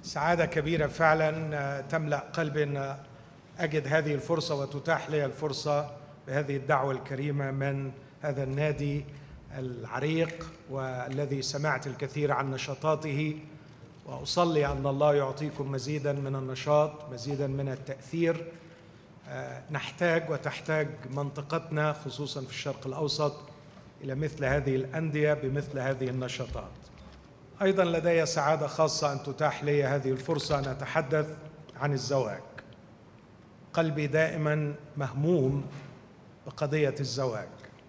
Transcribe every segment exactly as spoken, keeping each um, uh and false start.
سعادة كبيرة فعلا تملأ قلبي أن أجد هذه الفرصة وتتاح لي الفرصة بهذه الدعوة الكريمة من هذا النادي العريق والذي سمعت الكثير عن نشاطاته، وأصلي أن الله يعطيكم مزيدا من النشاط، مزيدا من التأثير. نحتاج وتحتاج منطقتنا خصوصا في الشرق الأوسط إلى مثل هذه الأندية بمثل هذه النشاطات. أيضا لدي سعادة خاصة أن تتاح لي هذه الفرصة أن أتحدث عن الزواج. قلبي دائما مهموم بقضية الزواج،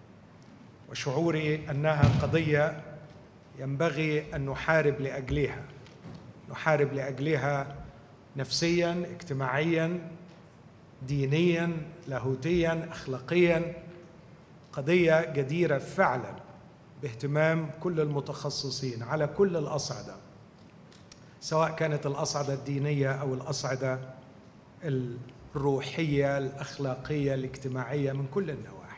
وشعوري أنها قضية ينبغي أن نحارب لأجلها نحارب لأجلها نفسيا، اجتماعيا، دينيا، لاهوتيا، أخلاقيا. قضية جديرة فعلا باهتمام كل المتخصصين على كل الأصعدة، سواء كانت الأصعدة الدينية أو الأصعدة الروحية، الأخلاقية، الاجتماعية، من كل النواحي.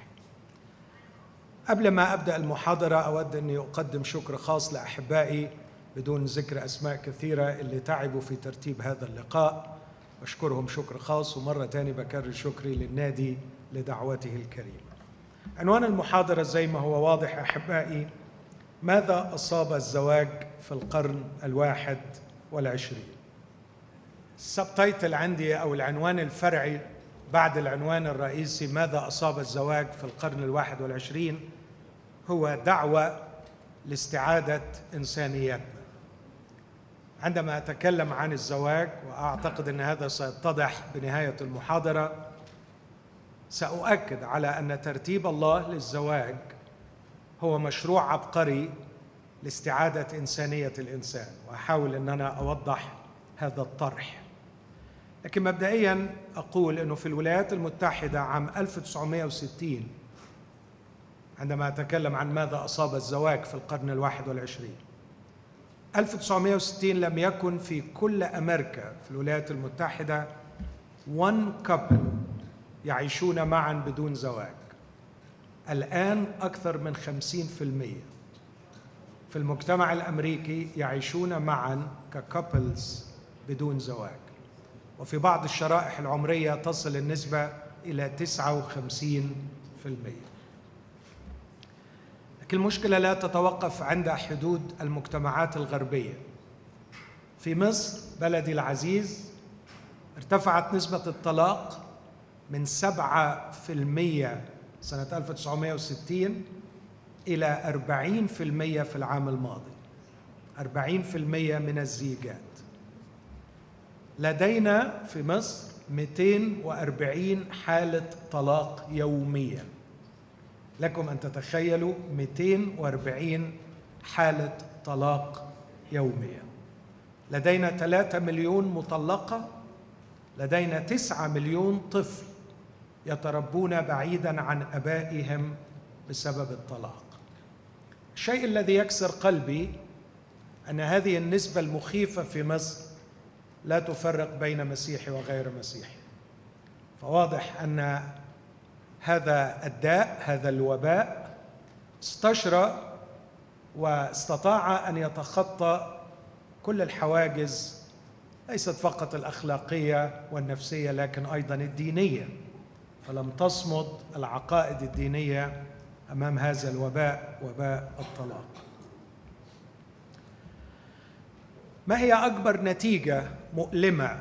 قبل ما أبدأ المحاضرة أود أن أقدم شكر خاص لأحبائي بدون ذكر أسماء كثيرة اللي تعبوا في ترتيب هذا اللقاء، بشكرهم شكر خاص، ومرة تاني بكرر شكري للنادي لدعوته الكريمة. عنوان المحاضرة زي ما هو واضح أحبائي: ماذا أصاب الزواج في القرن الواحد والعشرين؟ السبتايتل عندي أو العنوان الفرعي بعد العنوان الرئيسي ماذا أصاب الزواج في القرن الواحد والعشرين هو دعوة لاستعادة إنسانيتنا. عندما أتكلم عن الزواج، وأعتقد أن هذا سيتضح بنهاية المحاضرة، سأؤكد على أن ترتيب الله للزواج هو مشروع عبقري لاستعادة إنسانية الإنسان، وأحاول أن أنا أوضح هذا الطرح. لكن مبدئياً أقول أنه في الولايات المتحدة عام ألف وتسعمائة وستين، عندما أتكلم عن ماذا أصاب الزواج في القرن الواحد والعشرين، ألف وتسعمائة وستين لم يكن في كل أمريكا في الولايات المتحدة one couple يعيشون معاً بدون زواج. الآن أكثر من خمسين بالمئة في المجتمع الأمريكي يعيشون معاً ككابلز بدون زواج، وفي بعض الشرائح العمرية تصل النسبة إلى تسعة وخمسين بالمئة. لكن المشكلة لا تتوقف عند حدود المجتمعات الغربية. في مصر بلدي العزيز ارتفعت نسبة الطلاق من سبعة بالمئة سنة ألف وتسعمائة وستين إلى أربعين بالمئة في العام الماضي. أربعين بالمئة من الزيجات. لدينا في مصر مئتين وأربعين حالة طلاق يوميا. لكم أن تتخيلوا مئتين وأربعين حالة طلاق يوميا. لدينا ثلاثة مليون مطلقة. لدينا تسعة مليون طفل يتربون بعيداً عن أبائهم بسبب الطلاق. الشيء الذي يكسر قلبي أن هذه النسبة المخيفة في مصر لا تفرق بين مسيحي وغير مسيحي. فواضح أن هذا الداء، هذا الوباء، استشرى واستطاع أن يتخطى كل الحواجز، ليست فقط الأخلاقية والنفسية لكن أيضاً الدينية. فلم تصمد العقائد الدينية أمام هذا الوباء، وباء الطلاق. ما هي أكبر نتيجة مؤلمة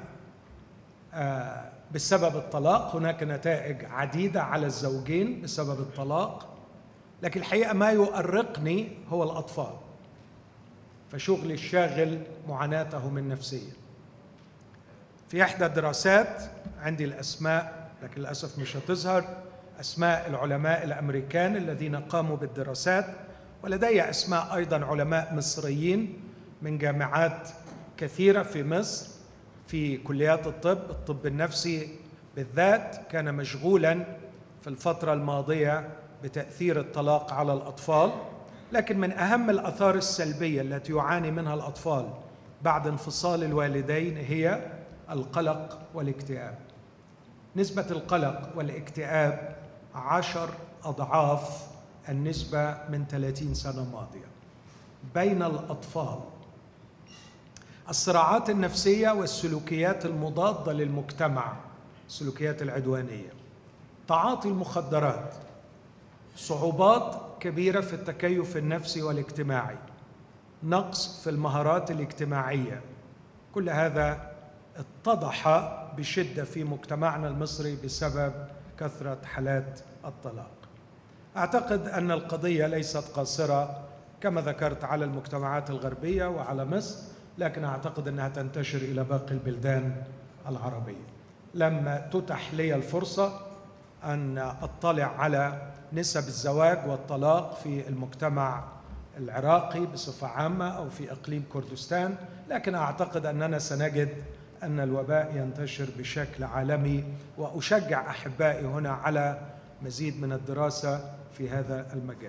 بسبب الطلاق؟ هناك نتائج عديدة على الزوجين بسبب الطلاق، لكن الحقيقة ما يؤرقني هو الأطفال. فشغلي الشاغل معاناتهم النفسية. في إحدى الدراسات، عندي الأسماء لكن للأسف مش هتظهر، أسماء العلماء الأمريكان الذين قاموا بالدراسات، ولدي أسماء أيضا علماء مصريين من جامعات كثيرة في مصر في كليات الطب. الطب النفسي بالذات كان مشغولا في الفترة الماضية بتأثير الطلاق على الأطفال. لكن من أهم الآثار السلبية التي يعاني منها الأطفال بعد انفصال الوالدين هي القلق والاكتئاب. نسبة القلق والاكتئاب عشر أضعاف النسبة من ثلاثين سنة ماضية بين الأطفال. الصراعات النفسية والسلوكيات المضادة للمجتمع، السلوكيات العدوانية، تعاطي المخدرات، صعوبات كبيرة في التكيف النفسي والاجتماعي، نقص في المهارات الاجتماعية. كل هذا اتضح بشدة في مجتمعنا المصري بسبب كثرة حالات الطلاق. أعتقد أن القضية ليست قاصرة كما ذكرت على المجتمعات الغربية وعلى مصر، لكن أعتقد أنها تنتشر إلى باقي البلدان العربية. لما تتح لي الفرصة أن أطلع على نسب الزواج والطلاق في المجتمع العراقي بصفة عامة أو في إقليم كردستان، لكن أعتقد أننا سنجد أن الوباء ينتشر بشكل عالمي، وأشجع أحبائي هنا على مزيد من الدراسة في هذا المجال.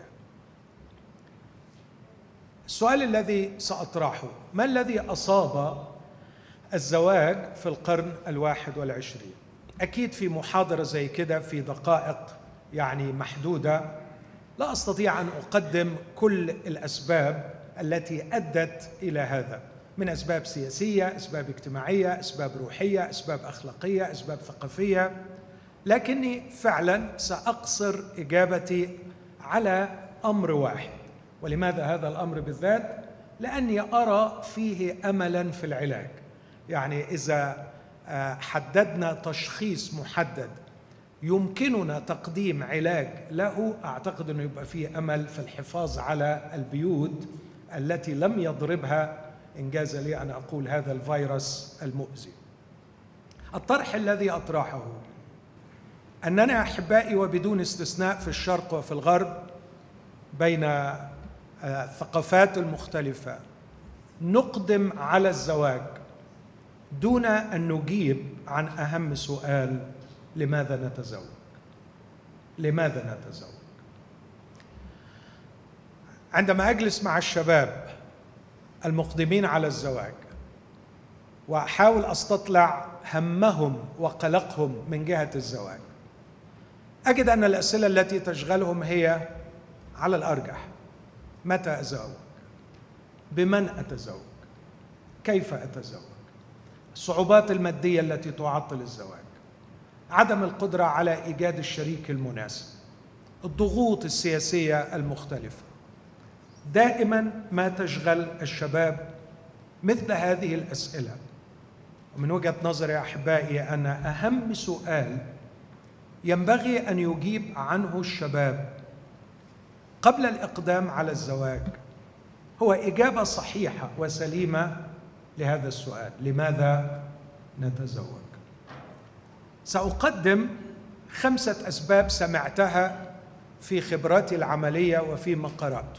السؤال الذي سأطرحه: ما الذي أصاب الزواج في القرن الواحد والعشرين؟ أكيد في محاضرة زي كده في دقائق يعني محدودة لا أستطيع أن أقدم كل الأسباب التي أدت إلى هذا، من أسباب سياسية، أسباب اجتماعية، أسباب روحية، أسباب أخلاقية، أسباب ثقافية، لكني فعلا سأقصر إجابتي على أمر واحد. ولماذا هذا الأمر بالذات؟ لأني أرى فيه أملا في العلاج. يعني إذا حددنا تشخيص محدد يمكننا تقديم علاج له، أعتقد أنه يبقى فيه أمل في الحفاظ على البيوت التي لم يضربها، إن جاز لي أن أقول، هذا الفيروس المؤذي. الطرح الذي أطرحه أننا أحبائي وبدون استثناء في الشرق وفي الغرب بين الثقافات المختلفة نقدم على الزواج دون أن نجيب عن أهم سؤال: لماذا نتزوج؟ لماذا نتزوج؟ عندما أجلس مع الشباب المقدمين على الزواج وأحاول أستطلع همهم وقلقهم من جهة الزواج، أجد أن الأسئلة التي تشغلهم هي على الأرجح: متى أتزوج؟ بمن أتزوج؟ كيف أتزوج؟ الصعوبات المادية التي تعطل الزواج، عدم القدرة على إيجاد الشريك المناسب، الضغوط السياسية المختلفة. دائما ما تشغل الشباب مثل هذه الأسئلة. ومن وجهة نظري يا أحبائي أن أهم سؤال ينبغي أن يجيب عنه الشباب قبل الإقدام على الزواج هو إجابة صحيحة وسليمة لهذا السؤال: لماذا نتزوج؟ سأقدم خمسة أسباب سمعتها في خبراتي العملية وفيما قرأت.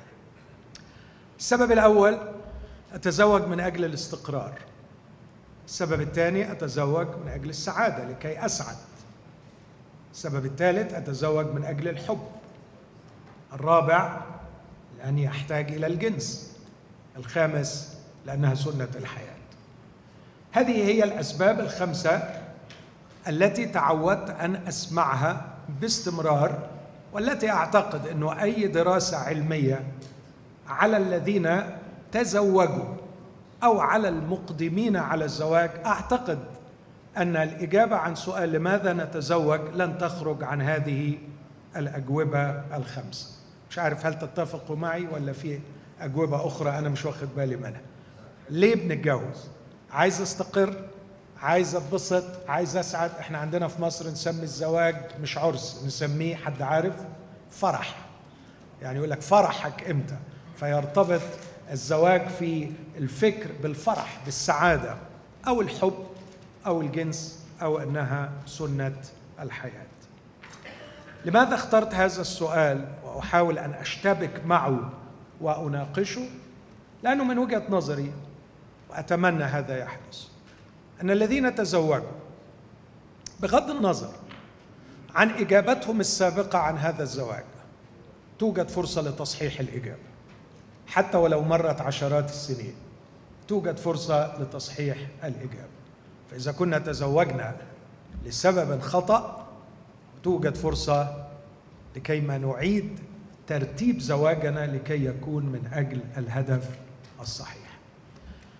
السبب الأول: أتزوج من أجل الاستقرار. السبب الثاني: أتزوج من أجل السعادة لكي أسعد. السبب الثالث: أتزوج من أجل الحب. الرابع: لأني أحتاج إلى الجنس. الخامس: لأنها سنة الحياة. هذه هي الأسباب الخمسة التي تعودت أن أسمعها باستمرار، والتي أعتقد أنه أي دراسة علمية على الذين تزوجوا أو على المقدمين على الزواج، أعتقد أن الإجابة عن سؤال لماذا نتزوج لن تخرج عن هذه الأجوبة الخمسة. مش عارف هل تتفقوا معي ولا في أجوبة أخرى أنا مش واخد بالي منها. ليه بنتجوز؟ عايز استقر، عايز اتبسط، عايز اسعد. احنا عندنا في مصر نسمي الزواج مش عرس، نسميه، حد عارف، فرح. يعني يقول لك فرحك امتى، فيرتبط الزواج في الفكر بالفرح، بالسعادة، أو الحب، أو الجنس، أو أنها سنة الحياة. لماذا اخترت هذا السؤال وأحاول أن أشتبك معه وأناقشه؟ لأنه من وجهة نظري، وأتمنى هذا يحدث، أن الذين تزوجوا بغض النظر عن إجابتهم السابقة عن هذا الزواج توجد فرصة لتصحيح الإجابة، حتى ولو مرت عشرات السنين توجد فرصة لتصحيح الإجابة. فإذا كنا تزوجنا لسبب خطأ توجد فرصة لكيما نعيد ترتيب زواجنا لكي يكون من أجل الهدف الصحيح.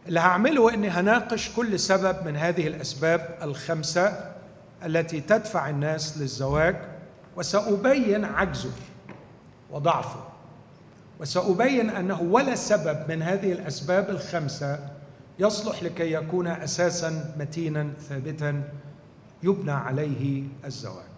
اللي هعمله إني هناقش كل سبب من هذه الأسباب الخمسة التي تدفع الناس للزواج، وسأبين عجزه وضعفه، وسأبين أنه ولا سبب من هذه الأسباب الخمسة يصلح لكي يكون أساساً متيناً ثابتاً يبنى عليه الزواج.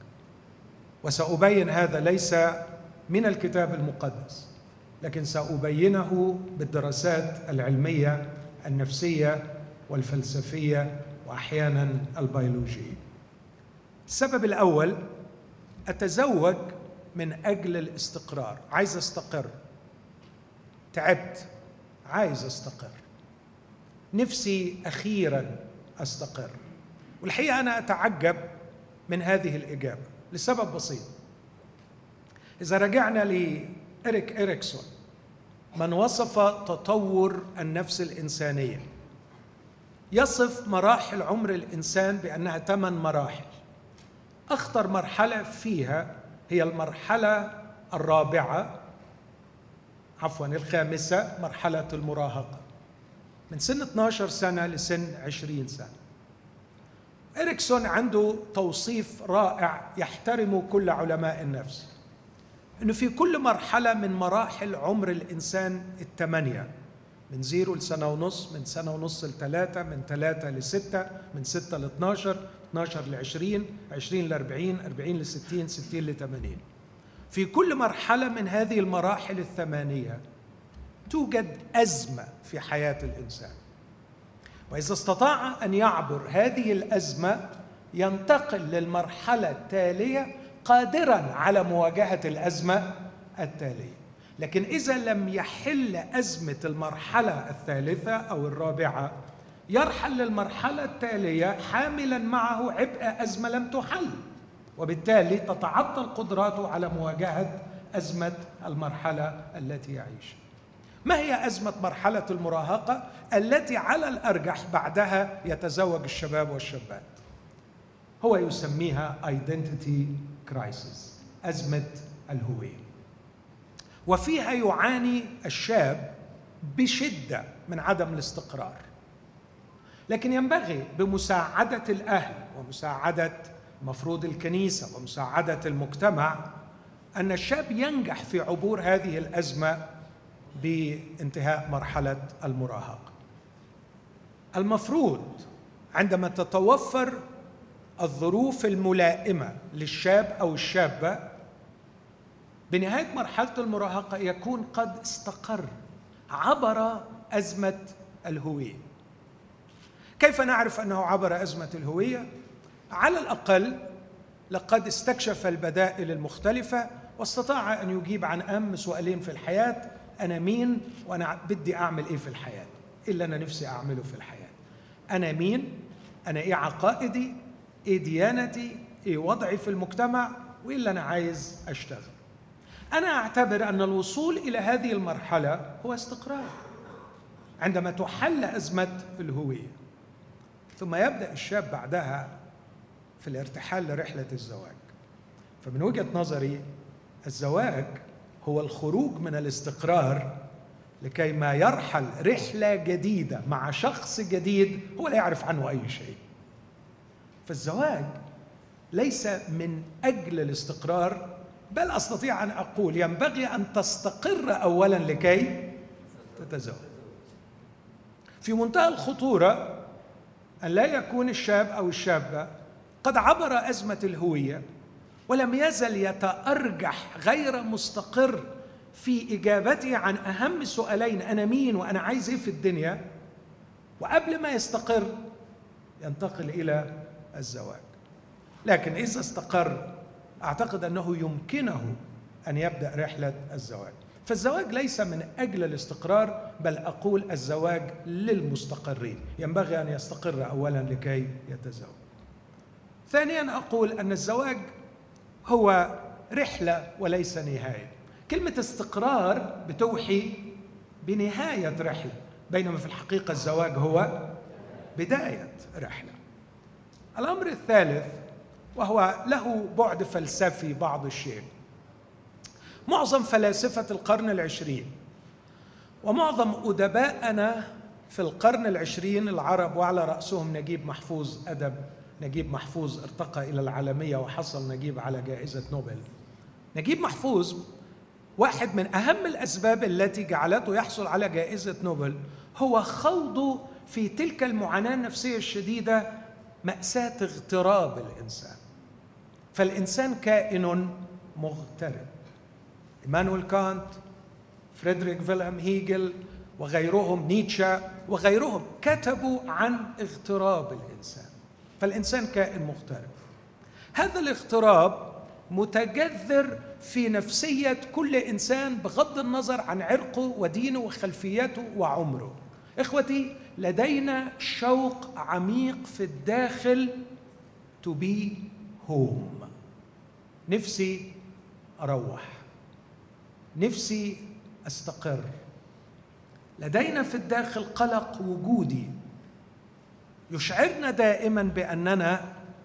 وسأبين هذا ليس من الكتاب المقدس، لكن سأبينه بالدراسات العلمية النفسية والفلسفية وأحياناً البيولوجية. السبب الأول: أتزوج من أجل الاستقرار. عايز أستقر، تعبت، عايز أستقر، نفسي أخيراً أستقر. والحقيقة أنا أتعجب من هذه الإجابة لسبب بسيط. إذا رجعنا لإريك إريكسون، من وصف تطور النفس الإنسانية، يصف مراحل عمر الإنسان بأنها ثمان مراحل. أخطر مرحلة فيها هي المرحلة الرابعة عفواً الخامسة، مرحلة المراهقة، من سن اثني عشر سنة لسن عشرين سنة. إريكسون عنده توصيف رائع يحترمه كل علماء النفس، إنه في كل مرحلة من مراحل عمر الإنسان الثمانية، من زيرو لسنة ونص، من سنة ونص لثلاثة، من ثلاثة لستة، من ستة لاثنى عشر، اثني عشر لعشرين، عشرين لأربعين، أربعين لستين، ستين لثمانين. في كل مرحلة من هذه المراحل الثمانية توجد أزمة في حياة الإنسان، وإذا استطاع أن يعبر هذه الأزمة ينتقل للمرحلة التالية قادراً على مواجهة الأزمة التالية. لكن إذا لم يحل أزمة المرحلة الثالثة أو الرابعة، يرحل للمرحلة التالية حاملاً معه عبء أزمة لم تحل، وبالتالي تتعطل قدراته على مواجهة أزمة المرحلة التي يعيشها. ما هي أزمة مرحلة المراهقة التي على الأرجح بعدها يتزوج الشباب والشابات؟ هو يسميها identity crisis، أزمة الهوية. وفيها يعاني الشاب بشدة من عدم الاستقرار، لكن ينبغي بمساعدة الأهل ومساعدة مفروض الكنيسة ومساعدة المجتمع أن الشاب ينجح في عبور هذه الأزمة بانتهاء مرحلة المراهقة. المفروض عندما تتوفر الظروف الملائمة للشاب أو الشابة بنهاية مرحلة المراهقة يكون قد استقر، عبر أزمة الهوية. كيف نعرف أنه عبر أزمة الهوية؟ على الأقل لقد استكشف البدائل المختلفة واستطاع أن يجيب عن أهم سؤالين في الحياة: أنا مين؟ وأنا بدي أعمل إيه في الحياة؟ إيه اللي أنا نفسي أعمله في الحياة؟ أنا مين؟ أنا إيه عقائدي؟ إيه ديانتي؟ إيه وضعي في المجتمع؟ وإيه اللي أنا عايز أشتغل؟ أنا أعتبر أن الوصول إلى هذه المرحلة هو استقرار عندما تحل أزمة الهوية، ثم يبدأ الشاب بعدها في الارتحال لرحلة الزواج. فمن وجهة نظري الزواج هو الخروج من الاستقرار لكي ما يرحل رحلة جديدة مع شخص جديد هو لا يعرف عنه أي شيء. فالزواج ليس من أجل الاستقرار، بل أستطيع أن أقول ينبغي أن تستقر أولاً لكي تتزوج. في منتهى الخطورة أن لا يكون الشاب أو الشابة قد عبر أزمة الهوية ولم يزل يتأرجح غير مستقر في إجابته عن أهم سؤالين: أنا مين وأنا عايز إيه في الدنيا، وقبل ما يستقر ينتقل إلى الزواج. لكن إذا استقر أعتقد أنه يمكنه أن يبدأ رحلة الزواج. فالزواج ليس من أجل الاستقرار، بل أقول الزواج للمستقرين، ينبغي أن يستقر أولاً لكي يتزوج. ثانياً أقول أن الزواج هو رحلة وليس نهاية. كلمة استقرار بتوحي بنهاية رحلة، بينما في الحقيقة الزواج هو بداية رحلة. الأمر الثالث وهو له بعد فلسفي بعض الشيء: معظم فلاسفة القرن العشرين ومعظم أدباءنا في القرن العشرين العرب وعلى رأسهم نجيب محفوظ أدب نجيب محفوظ ارتقى إلى العالمية وحصل نجيب على جائزة نوبل. نجيب محفوظ واحد من أهم الأسباب التي جعلته يحصل على جائزة نوبل هو خوضه في تلك المعاناة النفسية الشديدة، مأساة اغتراب الإنسان. فالإنسان كائن مغترب. إيمانويل كانت، فريدريك فيلهلم هيجل وغيرهم، نيتشه وغيرهم، كتبوا عن اغتراب الإنسان. فالإنسان كائن مغترب. هذا الاغتراب متجذر في نفسية كل إنسان بغض النظر عن عرقه ودينه وخلفيته وعمره. إخوتي، لدينا شوق عميق في الداخل to be home. نفسي أروح، نفسي أستقر. لدينا في الداخل قلق وجودي يشعرنا دائما بأننا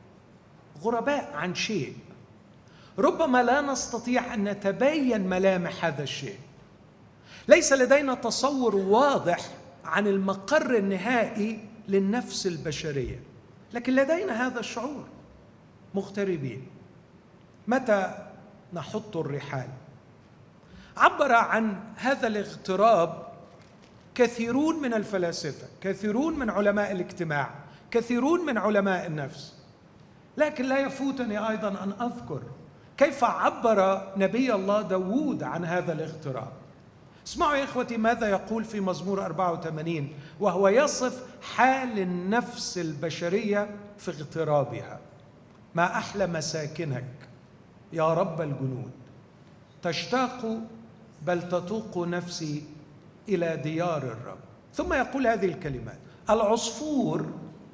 غرباء عن شيء، ربما لا نستطيع أن نتبين ملامح هذا الشيء. ليس لدينا تصور واضح عن المقر النهائي للنفس البشرية، لكن لدينا هذا الشعور، مغتربين. متى نحط الرحال؟ عبر عن هذا الاغتراب كثيرون من الفلاسفة، كثيرون من علماء الاجتماع، كثيرون من علماء النفس. لكن لا يفوتني أيضا أن أذكر كيف عبر نبي الله داود عن هذا الاغتراب. اسمعوا يا إخوتي ماذا يقول في مزمور أربعة وثمانين وهو يصف حال النفس البشرية في اغترابها. ما أحلى مساكنك يا رب الجنود، تشتاق بل تتوق نفسي إلى ديار الرب. ثم يقول هذه الكلمات: العصفور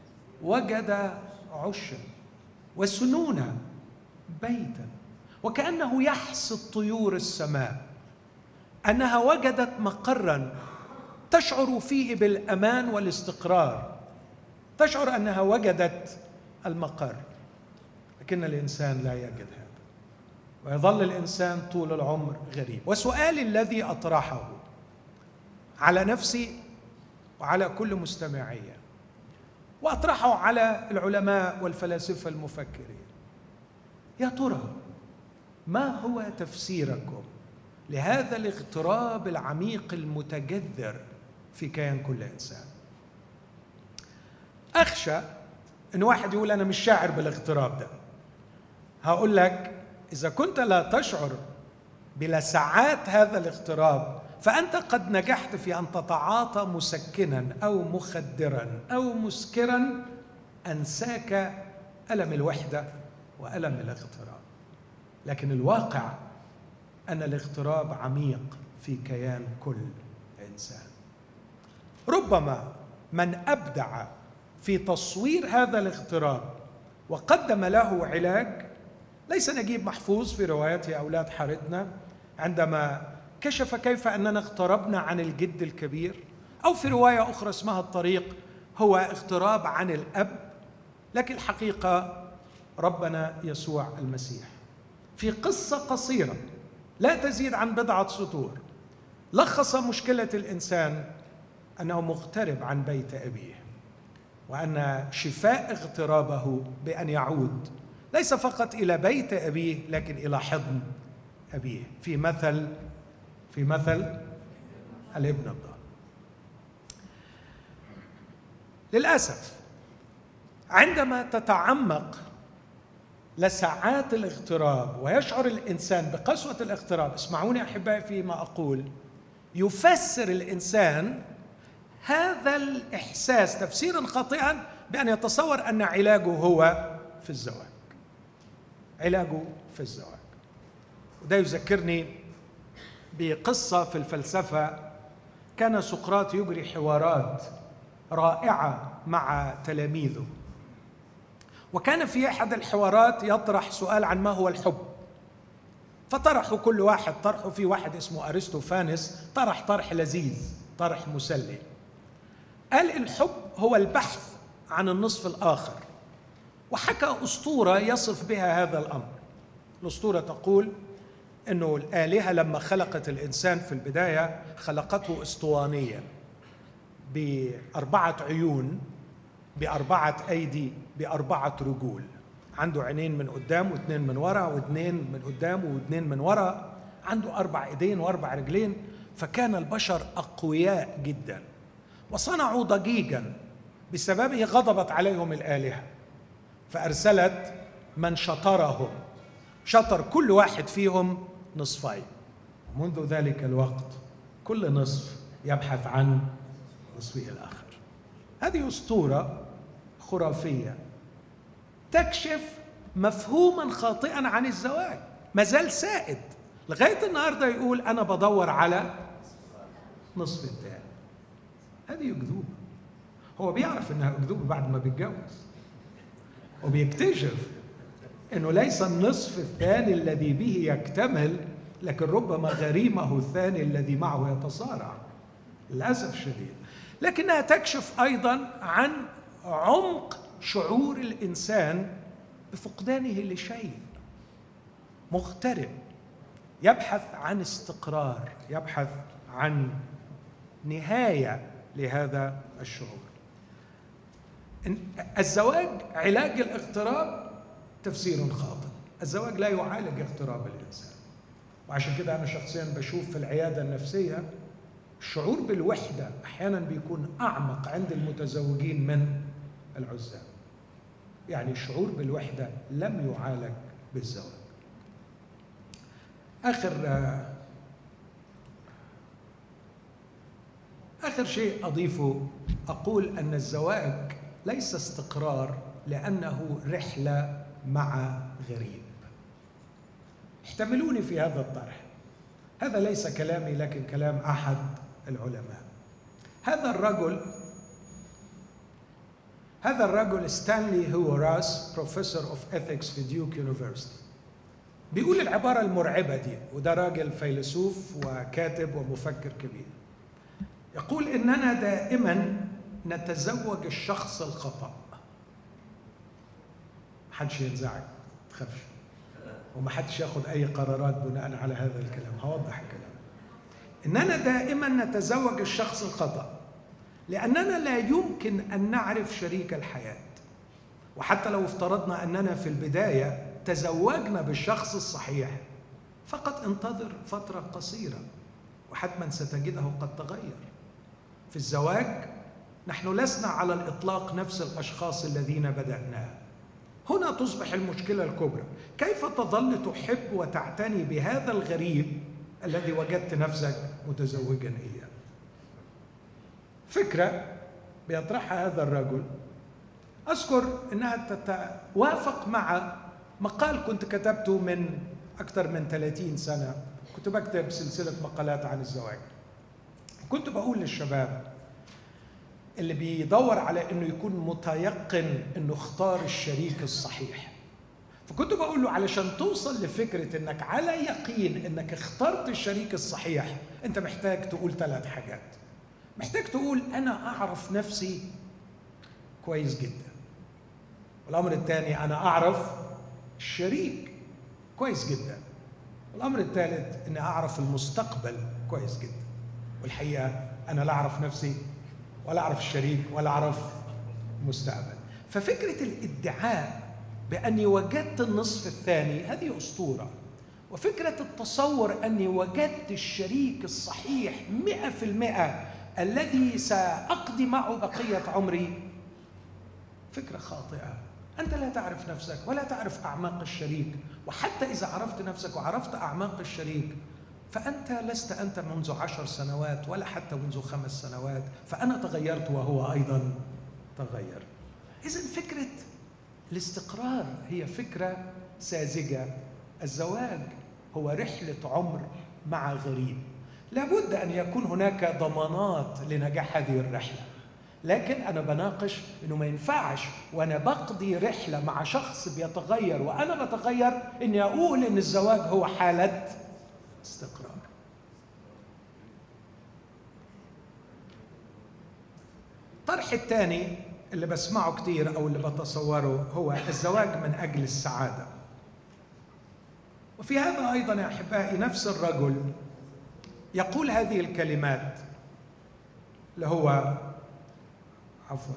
وجد عشا وسنونا بيتا، وكأنه يحصي طيور السماء أنها وجدت مقرا تشعر فيه بالأمان والاستقرار، تشعر أنها وجدت المقر. لكن الإنسان لا يجد هذا، ويظل الإنسان طول العمر غريب. وسؤالي الذي أطرحه على نفسي وعلى كل مستمعي، وأطرحه على العلماء والفلاسفة المفكرين: يا ترى ما هو تفسيركم لهذا الاغتراب العميق المتجذر في كيان كل إنسان؟ أخشى أن واحد يقول أنا مش شاعر بالاغتراب ده. هقول لك: إذا كنت لا تشعر بلسعات هذا الاغتراب فأنت قد نجحت في أن تتعاطى مسكنا أو مخدرا أو مسكرا أنساك ألم الوحدة وألم الاغتراب. لكن الواقع أن الاغتراب عميق في كيان كل إنسان. ربما من أبدع في تصوير هذا الاغتراب وقدم له علاج ليس نجيب محفوظ في روايته أولاد حارتنا عندما كشف كيف أننا اغتربنا عن الجد الكبير، أو في رواية أخرى اسمها الطريق هو اغتراب عن الأب، لكن الحقيقة ربنا يسوع المسيح في قصة قصيرة لا تزيد عن بضعة سطور لخص مشكلة الإنسان أنه مغترب عن بيت أبيه، وأن شفاء اغترابه بأن يعود ليس فقط إلى بيت أبيه لكن إلى حضن أبيه، في مثل في مثل الابن الضال. للأسف عندما تتعمق لساعات الاغتراب ويشعر الإنسان بقسوة الاغتراب، اسمعوني أحبائي فيما أقول، يفسر الإنسان هذا الإحساس تفسيرا خاطئا بأن يتصور أن علاجه هو في الزواج، علاجه في الزواج. وده يذكرني بقصة في الفلسفة. كان سقراط يجري حوارات رائعة مع تلاميذه، وكان في أحد الحوارات يطرح سؤال عن ما هو الحب، فطرحوا كل واحد طرحه. في واحد اسمه أرسطوفانس طرح طرح لذيذ، طرح مسلي، قال الحب هو البحث عن النصف الآخر، وحكى أسطورة يصف بها هذا الأمر. الأسطورة تقول أنه الآلهة لما خلقت الإنسان في البداية خلقته أسطوانيا بأربعة عيون، بأربعة أيدي، بأربعة رجول. عنده عينين من قدام واثنين من ورا، واثنين من قدام واثنين من ورا، عنده أربع إيدين وأربع رجلين. فكان البشر أقوياء جدا، وصنعوا ضجيجا بسببه غضبت عليهم الآلهة، فأرسلت من شطرهم، شطر كل واحد فيهم نصفين. ومنذ ذلك الوقت كل نصف يبحث عن نصفه الآخر. هذه أسطورة خرافية تكشف مفهوما خاطئا عن الزواج، ما زال سائد لغاية النهاردة. يقول أنا بدور على نصف الثاني. هذه أكذوبة. هو بيعرف إنها أكذوبة بعد ما بيتجوز، وبيكتشف إنه ليس النصف الثاني الذي به يكتمل، لكن ربما غريمه الثاني الذي معه يتصارع، للأسف الشديد. لكنها تكشف أيضا عن عمق شعور الإنسان بفقدانه لشيء، مغترب، يبحث عن استقرار، يبحث عن نهاية لهذا الشعور. الزواج علاج الاغتراب تفسير خاطئ. الزواج لا يعالج اغتراب الإنسان، وعشان كده أنا شخصيا بشوف في العيادة النفسية الشعور بالوحدة أحيانا بيكون أعمق عند المتزوجين من العزاب. يعني الشعور بالوحدة لم يعالج بالزواج. آخر آخر شيء أضيفه، أقول أن الزواج ليس استقرار، لأنه رحلة مع غريب. احتملوني في هذا الطرح، هذا ليس كلامي لكن كلام أحد العلماء. هذا الرجل هذا الرجل ستانلي هوراس، بروفيسور اوف اثكس في ديوك يونيفرسيتي، بيقول العبارة المرعبة دي، وده راجل فيلسوف وكاتب ومفكر كبير. يقول إننا دائما نتزوج الشخص الخطأ. محدش ينزعج، تخافش، ومحدش ياخد أي قرارات بناء على هذا الكلام. هوضح الكلام. إننا دائما نتزوج الشخص الخطأ لأننا لا يمكن أن نعرف شريك الحياة. وحتى لو افترضنا أننا في البداية تزوجنا بالشخص الصحيح، فقط انتظر فترة قصيرة وحتما ستجده قد تغير. في الزواج نحن لسنا على الإطلاق نفس الأشخاص الذين بدأناه. هنا تصبح المشكلة الكبرى، كيف تظل تحب وتعتني بهذا الغريب الذي وجدت نفسك متزوجا إياه؟ فكرة بيطرحها هذا الرجل، أذكر أنها تتوافق مع مقال كنت كتبته من أكثر من ثلاثين سنة. كنت بكتب سلسلة مقالات عن الزواج. كنت بقول للشباب اللي بيدور على أنه يكون متيقن أنه اختار الشريك الصحيح، فكنت بقول له علشان توصل لفكرة أنك على يقين أنك اخترت الشريك الصحيح، أنت محتاج تقول ثلاث حاجات. محتاج تقول أنا أعرف نفسي كويس جدا، والأمر الثاني أنا أعرف الشريك كويس جدا، والأمر الثالث أني أعرف المستقبل كويس جدا. والحقيقة أنا لا أعرف نفسي ولا أعرف الشريك ولا أعرف المستقبل. ففكرة الادعاء بأني وجدت النصف الثاني هذه أسطورة، وفكرة التصور أني وجدت الشريك الصحيح مئة في المئة الذي سأقضي معه بقية عمري فكرة خاطئة. أنت لا تعرف نفسك ولا تعرف أعماق الشريك، وحتى إذا عرفت نفسك وعرفت أعماق الشريك فأنت لست أنت منذ عشر سنوات ولا حتى منذ خمس سنوات، فأنا تغيرت وهو أيضا تغير. إذن فكرة الاستقرار هي فكرة ساذجة. الزواج هو رحلة عمر مع غريب، لابد أن يكون هناك ضمانات لنجاح هذه الرحلة، لكن أنا بناقش أنه ما ينفعش وأنا بقضي رحلة مع شخص بيتغير وأنا بتغير أني أقول أن الزواج هو حالة استقرار. الطرح الثاني اللي بسمعه كتير أو اللي بتصوره هو الزواج من أجل السعادة. وفي هذا أيضا يا أحبائي نفس الرجل يقول هذه الكلمات اللي هو عفوا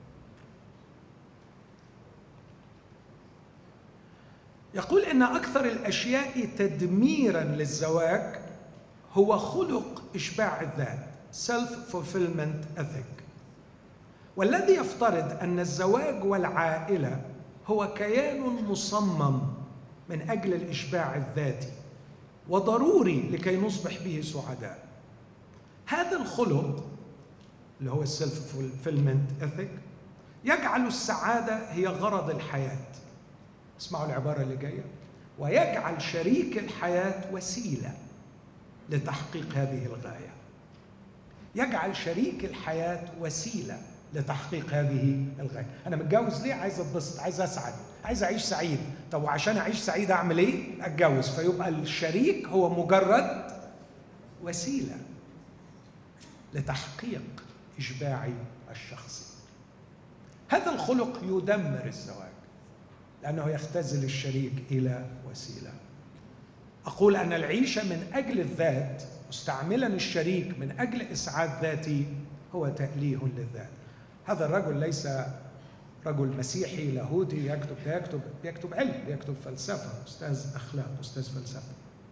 يقول إن أكثر الأشياء تدميراً للزواج هو خلق إشباع الذات self-fulfillment ethic، والذي يفترض أن الزواج والعائلة هو كيان مصمم من أجل الإشباع الذاتي وضروري لكي نصبح به سعداء. هذا الخلق اللي هو self-fulfillment ethic يجعل السعادة هي غرض الحياة. اسمعوا العبارة اللي جاية: ويجعل شريك الحياة وسيلة لتحقيق هذه الغاية. يجعل شريك الحياة وسيلة لتحقيق هذه الغاية. أنا متجوز ليه؟ عايز أتبسط، عايز أسعد، عايز أعيش سعيد. طب وعشان أعيش سعيد أعمل إيه؟ أتجوز. فيبقى الشريك هو مجرد وسيلة لتحقيق إشباعي الشخصي. هذا الخلق يدمر الزواج لأنه يختزل الشريك إلى وسيلة. أقول أن العيشة من أجل الذات مستعملا الشريك من أجل إسعاد ذاتي هو تأليه للذات. هذا الرجل ليس رجل مسيحي لاهوتي يكتب يكتب يكتب علم، يكتب فلسفة، أستاذ أخلاق، أستاذ فلسفة.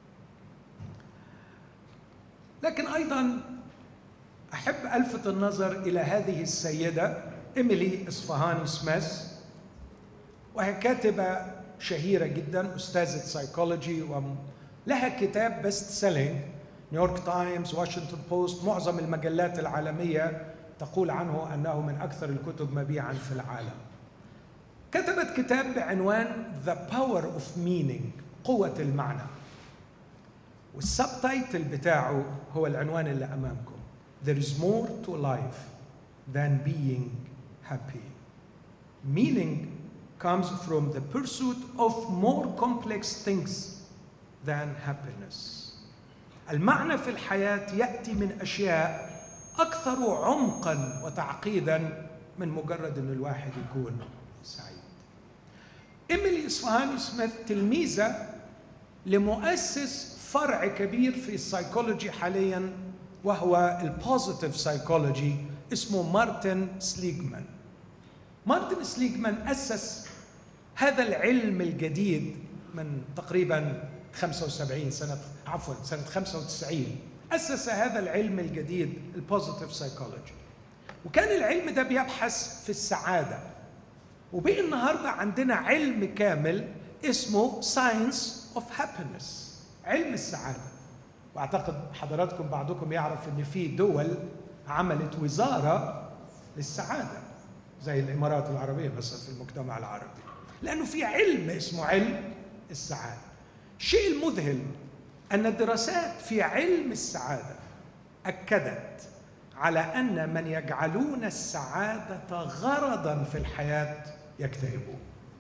لكن أيضا أحب ألفت النظر إلى هذه السيدة إيميلي إصفهاني سميث، وهي كاتبة شهيرة جدا، أستاذة سايكولوجي، ولها كتاب بيست سيلينج، نيويورك تايمز، واشنطن بوست، معظم المجلات العالمية تقول عنه أنه من أكثر الكتب مبيعاً في العالم. كتبت كتاب بعنوان The Power of Meaning، قوة المعنى، والسبتايتل بتاعه هو العنوان اللي أمامكم: There is more to life than being happy. Meaning comes from the pursuit of more complex things than happiness. المعنى في الحياة يأتي من أشياء أكثر عمقاً وتعقيداً من مجرد أن الواحد يكون سعيد. إيميلي إصفهاني سميث تلميذة لمؤسس فرع كبير في السايكولوجي حالياً، وهو البوزيتيف سايكولوجي، اسمه مارتن سليغمان. مارتن سليغمان أسس هذا العلم الجديد من تقريباً خمسة وسبعين سنة، عفواً سنة خمسة وتسعين، أسس هذا العلم الجديد البوزيتيف سايكولوجي. وكان العلم ده بيبحث في السعادة، وبقي النهاردة عندنا علم كامل اسمه ساينس اوف هابينس، علم السعادة. واعتقد حضراتكم بعضكم يعرف ان في دول عملت وزارة للسعادة زي الامارات العربية مثلا في المجتمع العربي، لانه في علم اسمه علم السعادة. الشيء المذهل ان الدراسات في علم السعادة اكدت على ان من يجعلون السعادة غرضا في الحياة يكتئبون.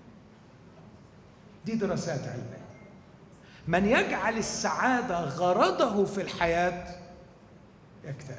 دي دراسات علمية. من يجعل السعادة غرضه في الحياة يكتئب.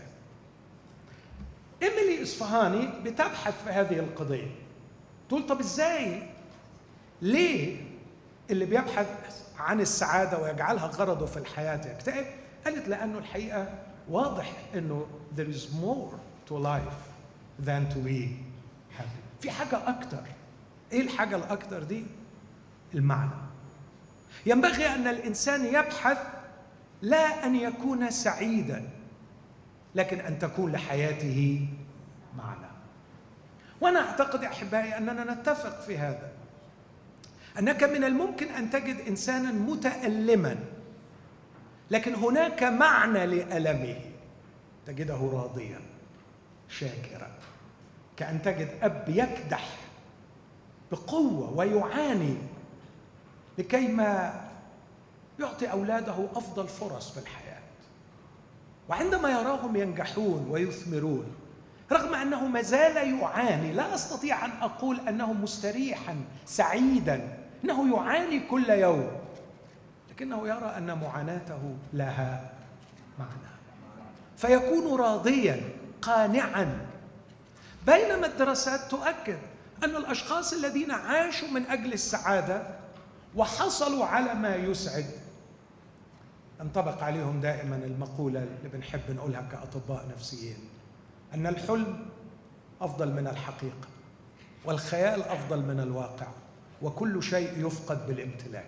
إيميلي إصفهاني بتبحث في هذه القضية، تقول طب إزاي، ليه اللي بيبحث عن السعادة ويجعلها غرضه في الحياة يكتئب؟ قالت لأنه الحقيقة واضح أنه there is more to life than to be happy. في حاجة أكتر. إيه الحاجة الأكتر دي؟ المعنى. ينبغي أن الإنسان يبحث لا أن يكون سعيداً، لكن أن تكون لحياته معنى. وأنا أعتقد أحبائي أننا نتفق في هذا، أنك من الممكن أن تجد إنساناً متألماً لكن هناك معنى لألمه، تجده راضياً شاكراً، كأن تجد أب يكدح بقوة ويعاني لكي ما يعطي أولاده أفضل فرص في الحياة، وعندما يراهم ينجحون ويثمرون رغم أنه ما زال يعاني، لا أستطيع أن أقول أنه مستريحاً سعيداً، إنه يعاني كل يوم، لكنه يرى أن معاناته لها معنى فيكون راضياً قانعاً. بينما الدراسات تؤكد أن الأشخاص الذين عاشوا من أجل السعادة وحصلوا على ما يسعد انطبق عليهم دائما المقولة اللي بنحب نقولها كأطباء نفسيين، أن الحلم أفضل من الحقيقة، والخيال أفضل من الواقع، وكل شيء يفقد بالامتلاك.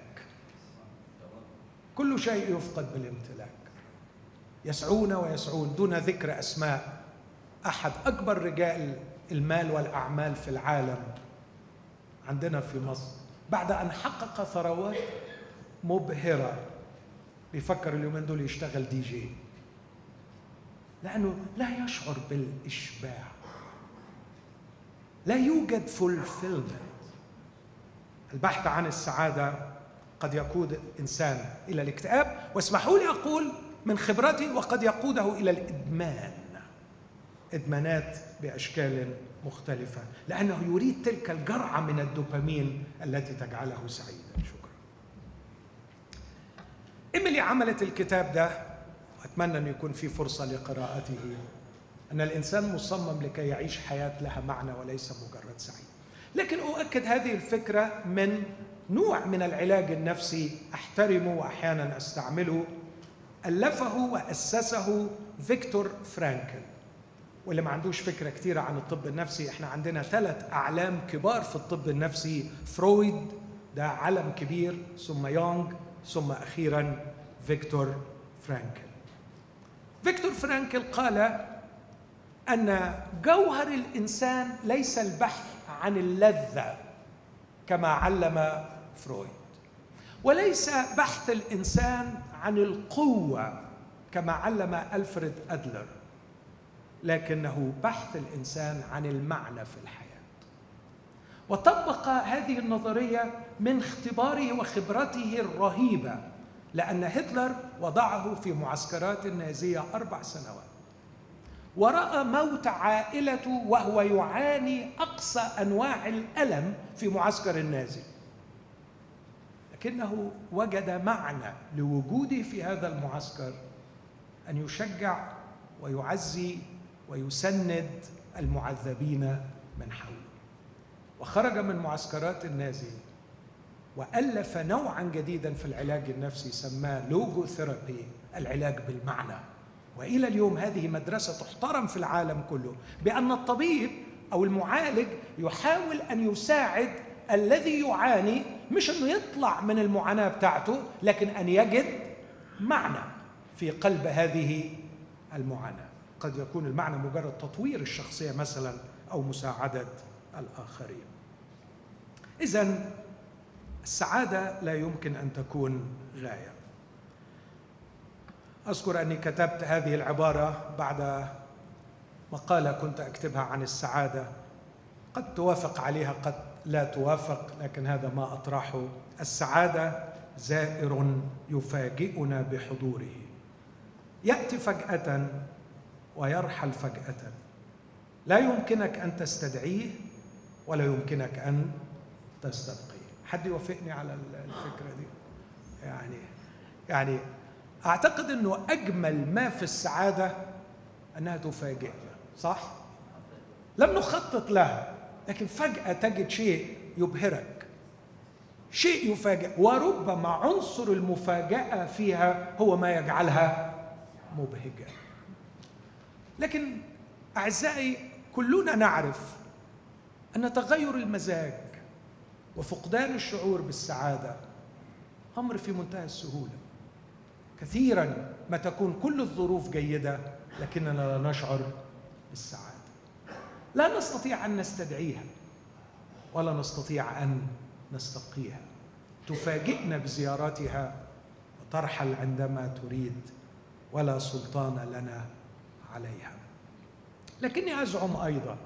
كل شيء يفقد بالامتلاك. يسعون ويسعون دون ذكر أسماء أحد أكبر رجال المال والأعمال في العالم عندنا في مصر، بعد أن حقق ثروات مبهرة بيفكر اليومين دول يشتغل دي جي، لأنه لا يشعر بالإشباع، لا يوجد fulfillment. البحث عن السعادة قد يقود الإنسان إلى الاكتئاب، واسمحوا لي أقول من خبرتي وقد يقوده إلى الإدمان، إدمانات بأشكال مختلفة، لأنه يريد تلك الجرعة من الدوبامين التي تجعله سعيدا. شكرا. إيميلي عملت الكتاب ده، وأتمنى أن يكون في فرصة لقراءته، أن الإنسان مصمم لكي يعيش حياة لها معنى وليس مجرد سعيد. لكن أؤكد هذه الفكرة من نوع من العلاج النفسي أحترمه وأحيانا أستعمله، ألفه وأسسه فيكتور فرانكل. واللي ما عندوش فكرة كتيرة عن الطب النفسي، احنا عندنا ثلاث أعلام كبار في الطب النفسي، فرويد ده علم كبير، ثم يونغ، ثم أخيرا فيكتور فرانكل. فيكتور فرانكل قال أن جوهر الإنسان ليس البحث عن اللذة كما علم فرويد، وليس بحث الإنسان عن القوة كما علم ألفريد أدلر، لكنه بحث الإنسان عن المعنى في الحياة. وطبق هذه النظرية من اختباره وخبرته الرهيبة، لأن هتلر وضعه في معسكرات النازية أربع سنوات، ورأى موت عائلته وهو يعاني أقصى أنواع الألم في معسكر النازي، لكنه وجد معنى لوجوده في هذا المعسكر، أن يشجع ويعزي ويسند المعذبين من حوله. وخرج من معسكرات النازي وألف نوعا جديدا في العلاج النفسي سماه لوجو ثيرابي، العلاج بالمعنى. وإلى اليوم هذه مدرسة تحترم في العالم كله، بأن الطبيب أو المعالج يحاول أن يساعد الذي يعاني، مش أنه يطلع من المعاناة بتاعته، لكن أن يجد معنى في قلب هذه المعاناة. قد يكون المعنى مجرد تطوير الشخصية مثلا أو مساعدة الآخرين. إذن السعادة لا يمكن أن تكون غاية. أذكر أني كتبت هذه العبارة بعد مقالة كنت أكتبها عن السعادة، قد توافق عليها قد لا توافق، لكن هذا ما أطرحه: السعادة زائر يفاجئنا بحضوره، يأتي فجأة ويرحل فجأة، لا يمكنك أن تستدعيه ولا يمكنك أن تستبقيه. حد يوافقني على الفكرة دي؟ يعني يعني أعتقد أنه أجمل ما في السعادة أنها تفاجئنا، صح؟ لم نخطط لها، لكن فجأة تجد شيء يبهرك، شيء يفاجئ، وربما عنصر المفاجأة فيها هو ما يجعلها مبهجة. لكن أعزائي، كلنا نعرف أن تغير المزاج وفقدان الشعور بالسعادة أمر في منتهى السهولة. كثيراً ما تكون كل الظروف جيدة لكننا لا نشعر بالسعادة، لا نستطيع أن نستدعيها ولا نستطيع أن نستبقيها، تفاجئنا بزياراتها وترحل عندما تريد ولا سلطان لنا عليها. لكني أزعم أيضاً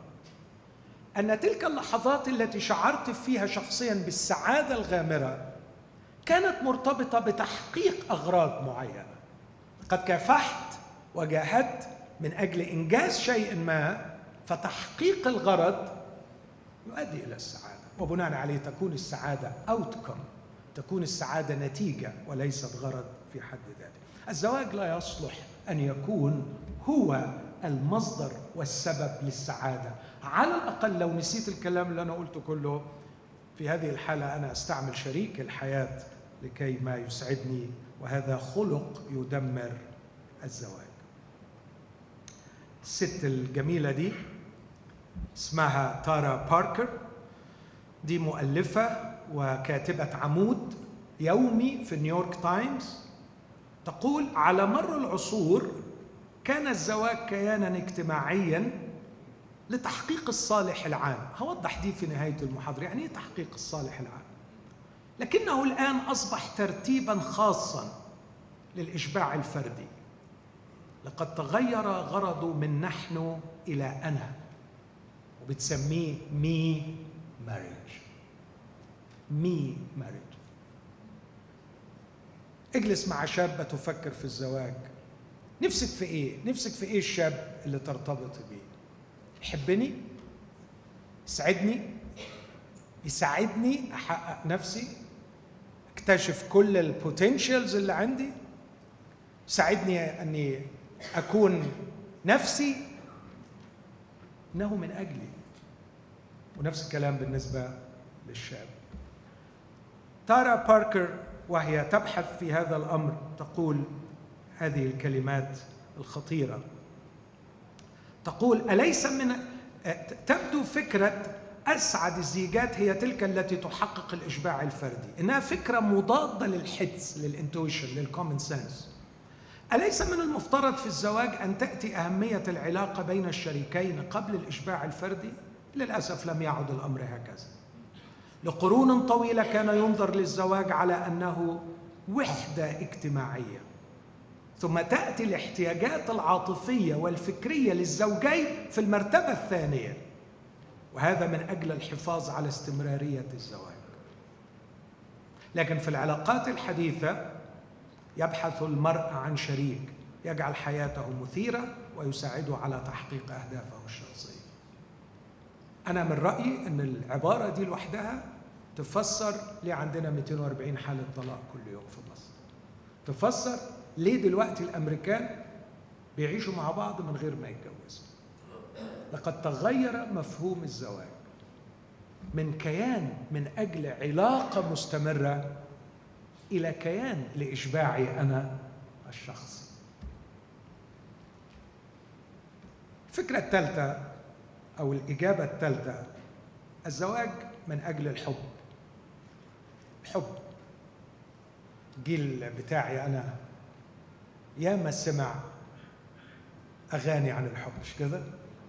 أن تلك اللحظات التي شعرت فيها شخصياً بالسعادة الغامرة كانت مرتبطة بتحقيق أغراض معينة. قد كافحت وجاهدت من أجل إنجاز شيء ما، فتحقيق الغرض يؤدي إلى السعادة، وبناء عليه تكون السعادة outcome، تكون السعادة نتيجة وليست غرض في حد ذاته. الزواج لا يصلح أن يكون هو المصدر والسبب للسعادة. على الأقل لو نسيت الكلام اللي أنا قلته كله، في هذه الحالة أنا أستعمل شريك الحياة لكي ما يسعدني، وهذا خلق يدمر الزواج. الست الجميلة دي اسمها تارا باركر. دي مؤلفة وكاتبة عمود يومي في نيويورك تايمز. تقول: على مر العصور كان الزواج كيانا اجتماعيا لتحقيق الصالح العام. هوضح دي في نهاية المحاضرة، يعني ايه تحقيق الصالح العام؟ لكنه الآن أصبح ترتيبا خاصا للإشباع الفردي. لقد تغير غرضه من نحن إلى أنا، وبتسميه مي ماريج. مي ماريج. اجلس مع شابة تفكر في الزواج، نفسك في ايه؟ نفسك في ايه الشاب اللي ترتبط بيه؟ يحبني؟ يسعدني؟ يساعدني احقق نفسي؟ اكتشف كل البوتنشالز اللي عندي؟ يساعدني اني اكون نفسي؟ انه من اجلي. ونفس الكلام بالنسبة للشاب. تارا باركر وهي تبحث في هذا الأمر تقول هذه الكلمات الخطيرة. تقول: أليس من تبدو فكرة أسعد الزيجات هي تلك التي تحقق الإشباع الفردي، إنها فكرة مضادة للحدس، للإنتويشن، للكومن سنس. أليس من المفترض في الزواج أن تأتي أهمية العلاقة بين الشريكين قبل الإشباع الفردي؟ للأسف لم يعد الأمر هكذا. لقرون طويلة كان ينظر للزواج على أنه وحدة اجتماعية، ثم تأتي الاحتياجات العاطفية والفكرية للزوجين في المرتبة الثانية، وهذا من أجل الحفاظ على استمرارية الزواج. لكن في العلاقات الحديثة يبحث المرء عن شريك يجعل حياته مثيرة ويساعده على تحقيق أهدافه الشخصية. أنا من رأيي أن العبارة دي لوحدها تفسر ليه عندنا مئتين وأربعين حالة طلاق كل يوم في مصر. تفسر ليه دلوقتي الأمريكان بيعيشوا مع بعض من غير ما يتجوزوا. لقد تغير مفهوم الزواج من كيان من أجل علاقة مستمرة إلى كيان لإشباعي أنا الشخص. الفكرة الثالثة أو الإجابة الثالثة: الزواج من أجل الحب. الحب. الجيل بتاعي أنا ياما سمع أغاني عن الحب، مش كده؟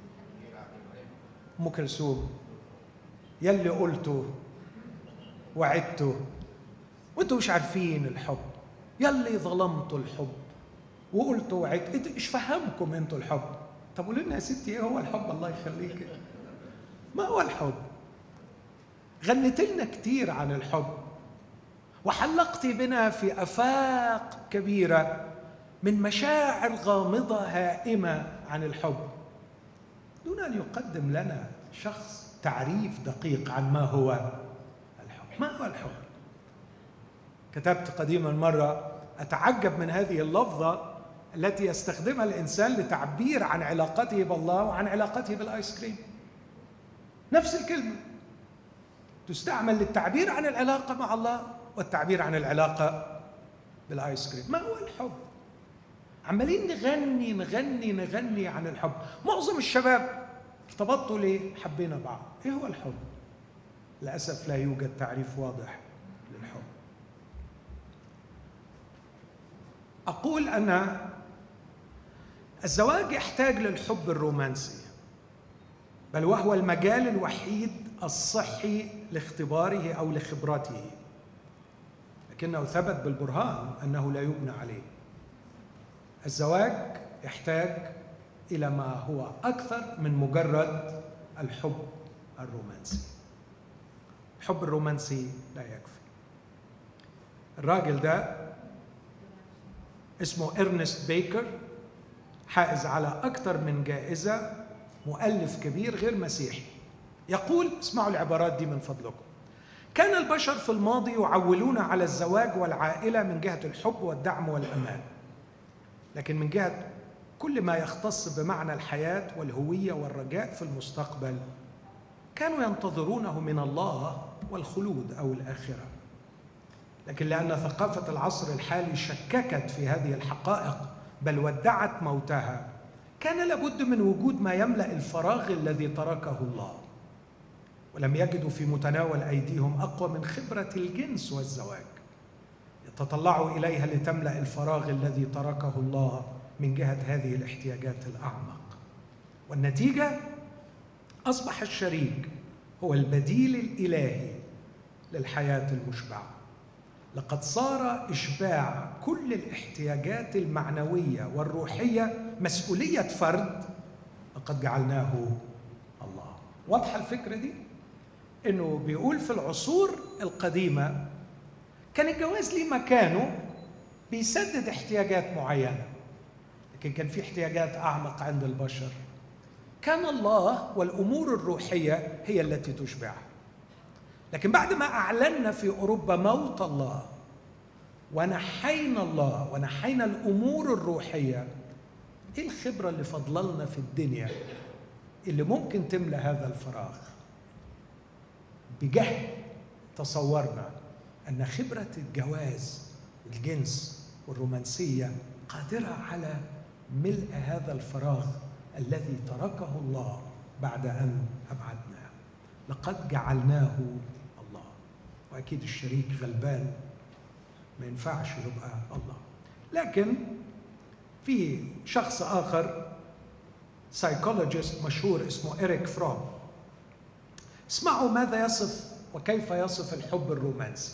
أم كلثوم، يلي قلته وعدته وانتوا مش عارفين الحب، يلي ظلمتوا الحب وقلتوا وعدت، ايش فهمكم انتوا الحب؟ طب قولوا لنا يا ستي ايه هو الحب الله يخليك؟ ما هو الحب؟ غنت لنا كتير عن الحب وحلقت بنا في آفاق كبيرة من مشاعر غامضة هائمة عن الحب، دون أن يقدم لنا شخص تعريف دقيق عن ما هو الحب. ما هو الحب؟ كتبت قديما مرة أتعجب من هذه اللفظة التي يستخدمها الإنسان لتعبير عن علاقته بالله وعن علاقته بالآيس كريم. نفس الكلمة تستعمل للتعبير عن العلاقة مع الله والتعبير عن العلاقة بالآيس كريم. ما هو الحب؟ عمالين نغني نغني نغني عن الحب. معظم الشباب ارتبطوا ليه؟ حبينا بعض. ايه هو الحب؟ للأسف لا يوجد تعريف واضح للحب. أقول أن الزواج يحتاج للحب الرومانسي، بل وهو المجال الوحيد الصحي لاختباره أو لخبرته، لكنه ثبت بالبرهان أنه لا يبنى عليه. الزواج يحتاج إلى ما هو أكثر من مجرد الحب الرومانسي. الحب الرومانسي لا يكفي. الراجل ده اسمه إرنست بيكر، حائز على أكثر من جائزة، مؤلف كبير غير مسيحي، يقول، اسمعوا العبارات دي من فضلكم: كان البشر في الماضي يعولون على الزواج والعائلة من جهة الحب والدعم والأمان، لكن من جهة كل ما يختص بمعنى الحياة والهوية والرجاء في المستقبل كانوا ينتظرونه من الله والخلود أو الآخرة. لكن لأن ثقافة العصر الحالي شككت في هذه الحقائق بل ودعت موتها، كان لابد من وجود ما يملأ الفراغ الذي تركه الله، ولم يجدوا في متناول أيديهم أقوى من خبرة الجنس والزواج يتطلعوا إليها لتملأ الفراغ الذي تركه الله من جهة هذه الاحتياجات الأعمق. والنتيجة أصبح الشريك هو البديل الإلهي للحياة المشبعة. لقد صار إشباع كل الاحتياجات المعنوية والروحية مسؤولية فرد، لقد جعلناه الله. واضحة الفكرة دي؟ إنه بيقول في العصور القديمة كان الجواز ليه مكانه بيسدد احتياجات معينة، لكن كان في احتياجات أعمق عند البشر كان الله والأمور الروحية هي التي تشبعها. لكن بعد ما أعلنا في أوروبا موت الله ونحينا الله ونحينا الأمور الروحية، إيه الخبرة اللي فضللنا في الدنيا اللي ممكن تملأ هذا الفراغ؟ بجهل تصورنا أن خبرة الجواز والجنس والرومانسية قادرة على ملء هذا الفراغ الذي تركه الله بعد أن أبعدناه. لقد جعلناه الله. وأكيد الشريك غلبان ما ينفعش يبقى الله. لكن في شخص آخر سايكولوجيست مشهور اسمه إريك فروم، اسمعوا ماذا يصف وكيف يصف الحب الرومانسي.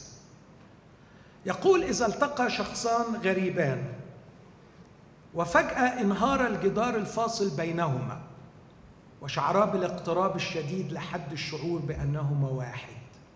يقول: إذا التقى شخصان غريبان وفجأة انهار الجدار الفاصل بينهما وشعرا بالاقتراب الشديد لحد الشعور بأنهما واحد،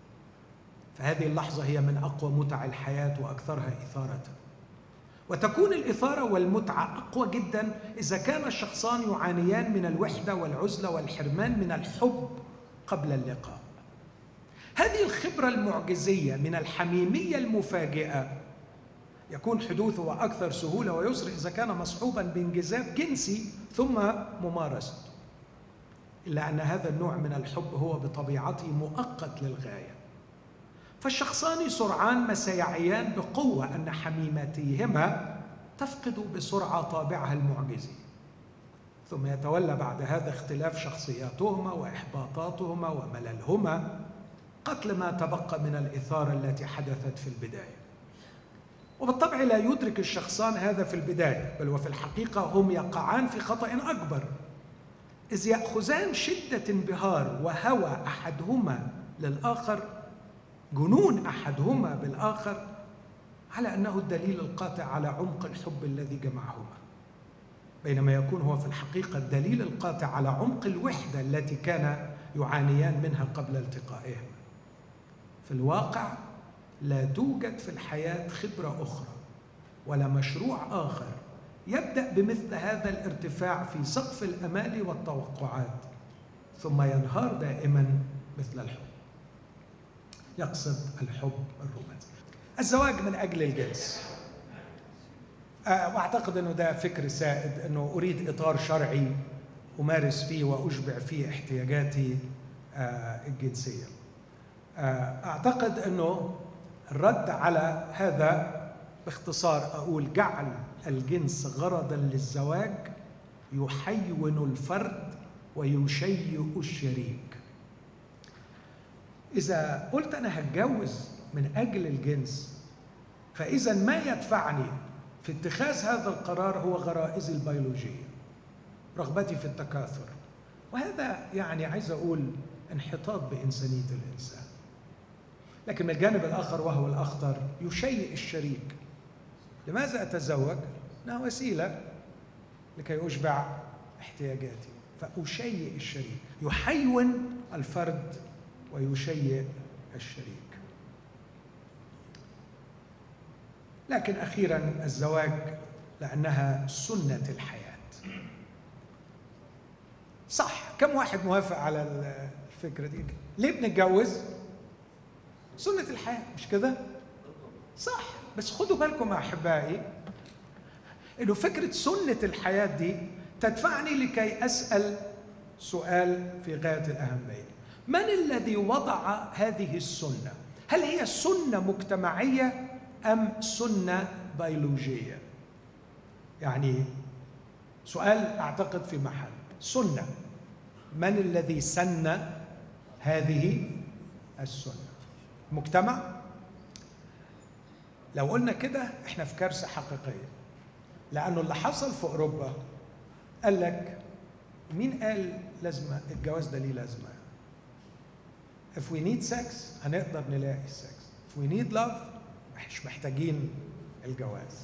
فهذه اللحظة هي من أقوى متع الحياة وأكثرها إثارة. وتكون الإثارة والمتعة أقوى جدا إذا كان الشخصان يعانيان من الوحدة والعزلة والحرمان من الحب قبل اللقاء. هذه الخبرة المعجزية من الحميمية المفاجئة يكون حدوثه أكثر سهولة ويسر إذا كان مصحوبا بانجذاب جنسي ثم ممارسته، إلا أن هذا النوع من الحب هو بطبيعته مؤقت للغاية. فالشخصان سرعان ما سيعيان بقوة أن حميمتيهما تفقد بسرعة طابعها المعجزي، ثم يتولى بعد هذا اختلاف شخصياتهما وإحباطاتهما ومللهما، قتل ما تبقى من الإثارة التي حدثت في البداية. وبالطبع لا يدرك الشخصان هذا في البداية، بل وفي الحقيقة هم يقعان في خطأ أكبر، إذ يأخذان شدة انبهار وهوى أحدهما للآخر، جنون أحدهما بالآخر، على أنه الدليل القاطع على عمق الحب الذي جمعهما، بينما يكون هو في الحقيقة الدليل القاطع على عمق الوحدة التي كان يعانيان منها قبل التقائهما. في الواقع لا توجد في الحياة خبرة أخرى ولا مشروع آخر يبدأ بمثل هذا الارتفاع في سقف الأمال والتوقعات ثم ينهار دائما مثل الحب. يقصد الحب الرومانسي الزواج من أجل الجنس. وأعتقد أنه ده فكر سائد، أنه أريد إطار شرعي أمارس فيه وأشبع فيه احتياجاتي الجنسية. أعتقد أنه الرد على هذا باختصار أقول: جعل الجنس غرضاً للزواج يحيون الفرد ويشيء الشريك. إذا قلت أنا هتجوز من أجل الجنس، فإذا ما يدفعني في اتخاذ هذا القرار هو غرائزي البيولوجية، رغبتي في التكاثر، وهذا يعني عايز أقول انحطاط بإنسانية الإنسان. لكن من الجانب الآخر وهو الأخطر، يشيء الشريك. لماذا أتزوج؟ إنها وسيلة لكي أشبع احتياجاتي، فأشيء الشريك، يحيون الفرد ويشيء الشريك. لكن أخيراً الزواج لأنها سنة الحياة. صح، كم واحد موافق على الفكرة دي؟ ليه بنتجوز؟ سنة الحياة، مش كده؟ صح، بس خدوا بالكم يا أحبائي إنه فكرة سنة الحياة دي تدفعني لكي أسأل سؤال في غاية الأهمية: من الذي وضع هذه السنة؟ هل هي سنة مجتمعية أم سنة بيولوجية؟ يعني سؤال أعتقد في محل. سنة، من الذي سن هذه السنة؟ مجتمع؟ لو قلنا كده احنا في كارثة حقيقية، لأنه اللي حصل في أوروبا قال لك مين قال لازمة الجواز ده ليه لازمة؟ if we need sex هنقدر نلاقي السكس، if we need love مش محتاجين الجواز.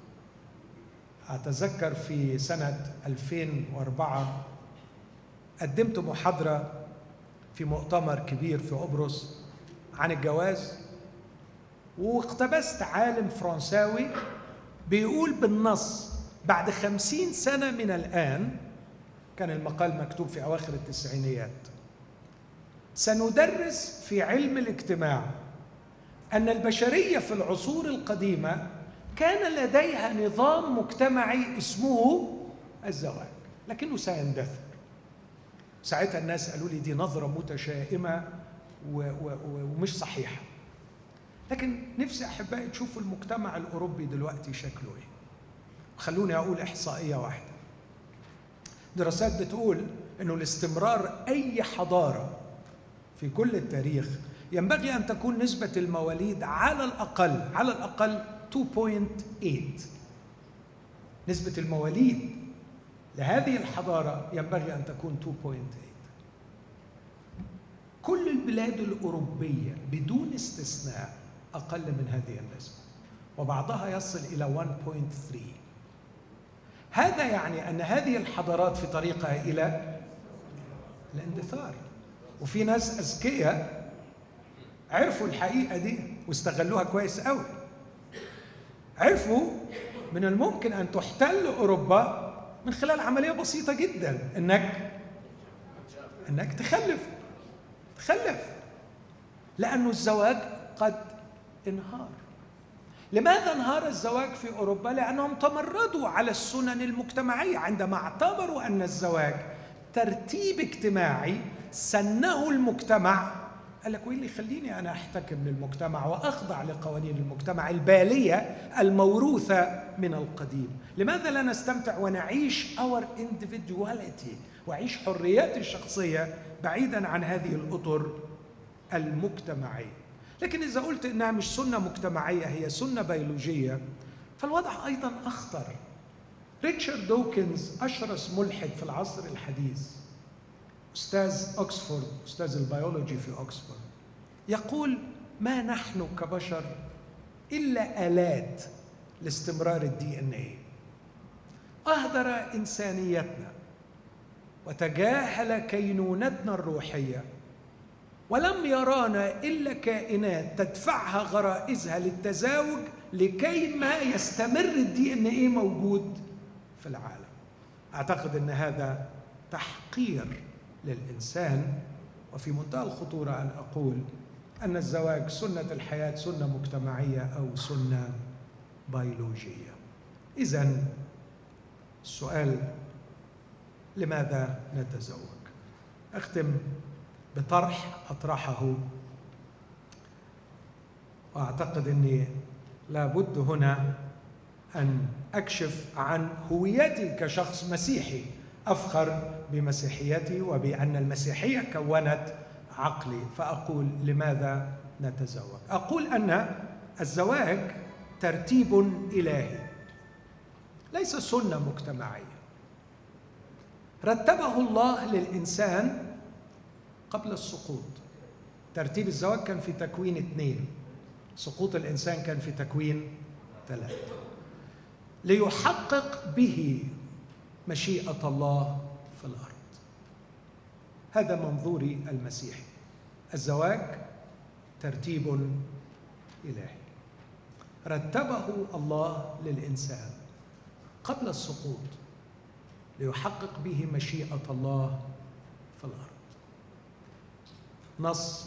أتذكر في سنة ألفين وأربعة قدمت محاضرة في مؤتمر كبير في قبرص عن الجواز، واقتبست عالم فرنساوي بيقول بالنص بعد خمسين سنة من الآن، كان المقال مكتوب في أواخر التسعينيات، سندرس في علم الاجتماع أن البشرية في العصور القديمة كان لديها نظام مجتمعي اسمه الزواج، لكنه سيندثر. ساعتها الناس قالوا لي دي نظرة متشائمة ومش صحيحة، لكن نفسي أحبائي تشوفوا المجتمع الأوروبي دلوقتي شكله إيه. خلوني أقول إحصائية واحدة. دراسات بتقول إنه لاستمرار أي حضارة في كل التاريخ ينبغي أن تكون نسبة المواليد على الأقل على الأقل اثنين فاصلة ثمانية. نسبة المواليد لهذه الحضارة ينبغي أن تكون اثنين فاصلة ثمانية. كل البلاد الأوروبية بدون استثناء أقل من هذه النسبة، وبعضها يصل إلى واحد فاصلة ثلاثة. هذا يعني أن هذه الحضارات في طريقها إلى الاندثار، وفي ناس أذكياء عرفوا الحقيقة دي واستغلوها كويس قوي. عرفوا من الممكن أن تحتل أوروبا من خلال عملية بسيطة جدا، إنك إنك تخلف تخلف لأنه الزواج قد انهار. لماذا انهار الزواج في أوروبا؟ لأنهم تمردوا على السنن المجتمعية عندما اعتبروا أن الزواج ترتيب اجتماعي سنه المجتمع. قال لك وإيه اللي يخليني أنا أحتكم للمجتمع وأخضع لقوانين المجتمع البالية الموروثة من القديم؟ لماذا لا نستمتع ونعيش our individuality وعيش حرياتي الشخصية بعيداً عن هذه الأطر المجتمعية؟ لكن إذا قلت إنها مش سنة مجتمعية، هي سنة بيولوجية، فالوضع أيضاً أخطر. ريتشارد دوكنز أشرس ملحد في العصر الحديث، أستاذ أكسفورد، أستاذ البيولوجي في أكسفورد، يقول ما نحن كبشر إلا آلات لاستمرار الدي إن إيه. أهدر إنسانيتنا وتجاهل كينونتنا الروحية، ولم يرانا إلا كائنات تدفعها غرائزها للتزاوج لكي ما يستمر الدي إن إيه موجود في العالم. أعتقد أن هذا تحقير للإنسان، وفي منتهى الخطورة أن أقول أن الزواج سنة الحياة، سنة مجتمعية أو سنة بيولوجية. إذن السؤال لماذا نتزوج؟ أختم بطرح أطرحه، وأعتقد أني لابد هنا أن أكشف عن هويتي كشخص مسيحي أفخر بمسيحيتي وبأن المسيحية كونت عقلي. فأقول لماذا نتزوج؟ أقول أن الزواج ترتيب إلهي ليس سنة مجتمعية، رتبه الله للإنسان قبل السقوط. ترتيب الزواج كان في تكوين اثنين، سقوط الإنسان كان في تكوين ثلاثة، ليحقق به مشيئة الله في الأرض. هذا منظوري المسيحي. الزواج ترتيب إلهي رتبه الله للإنسان قبل السقوط ليحقق به مشيئة الله في الأرض. نص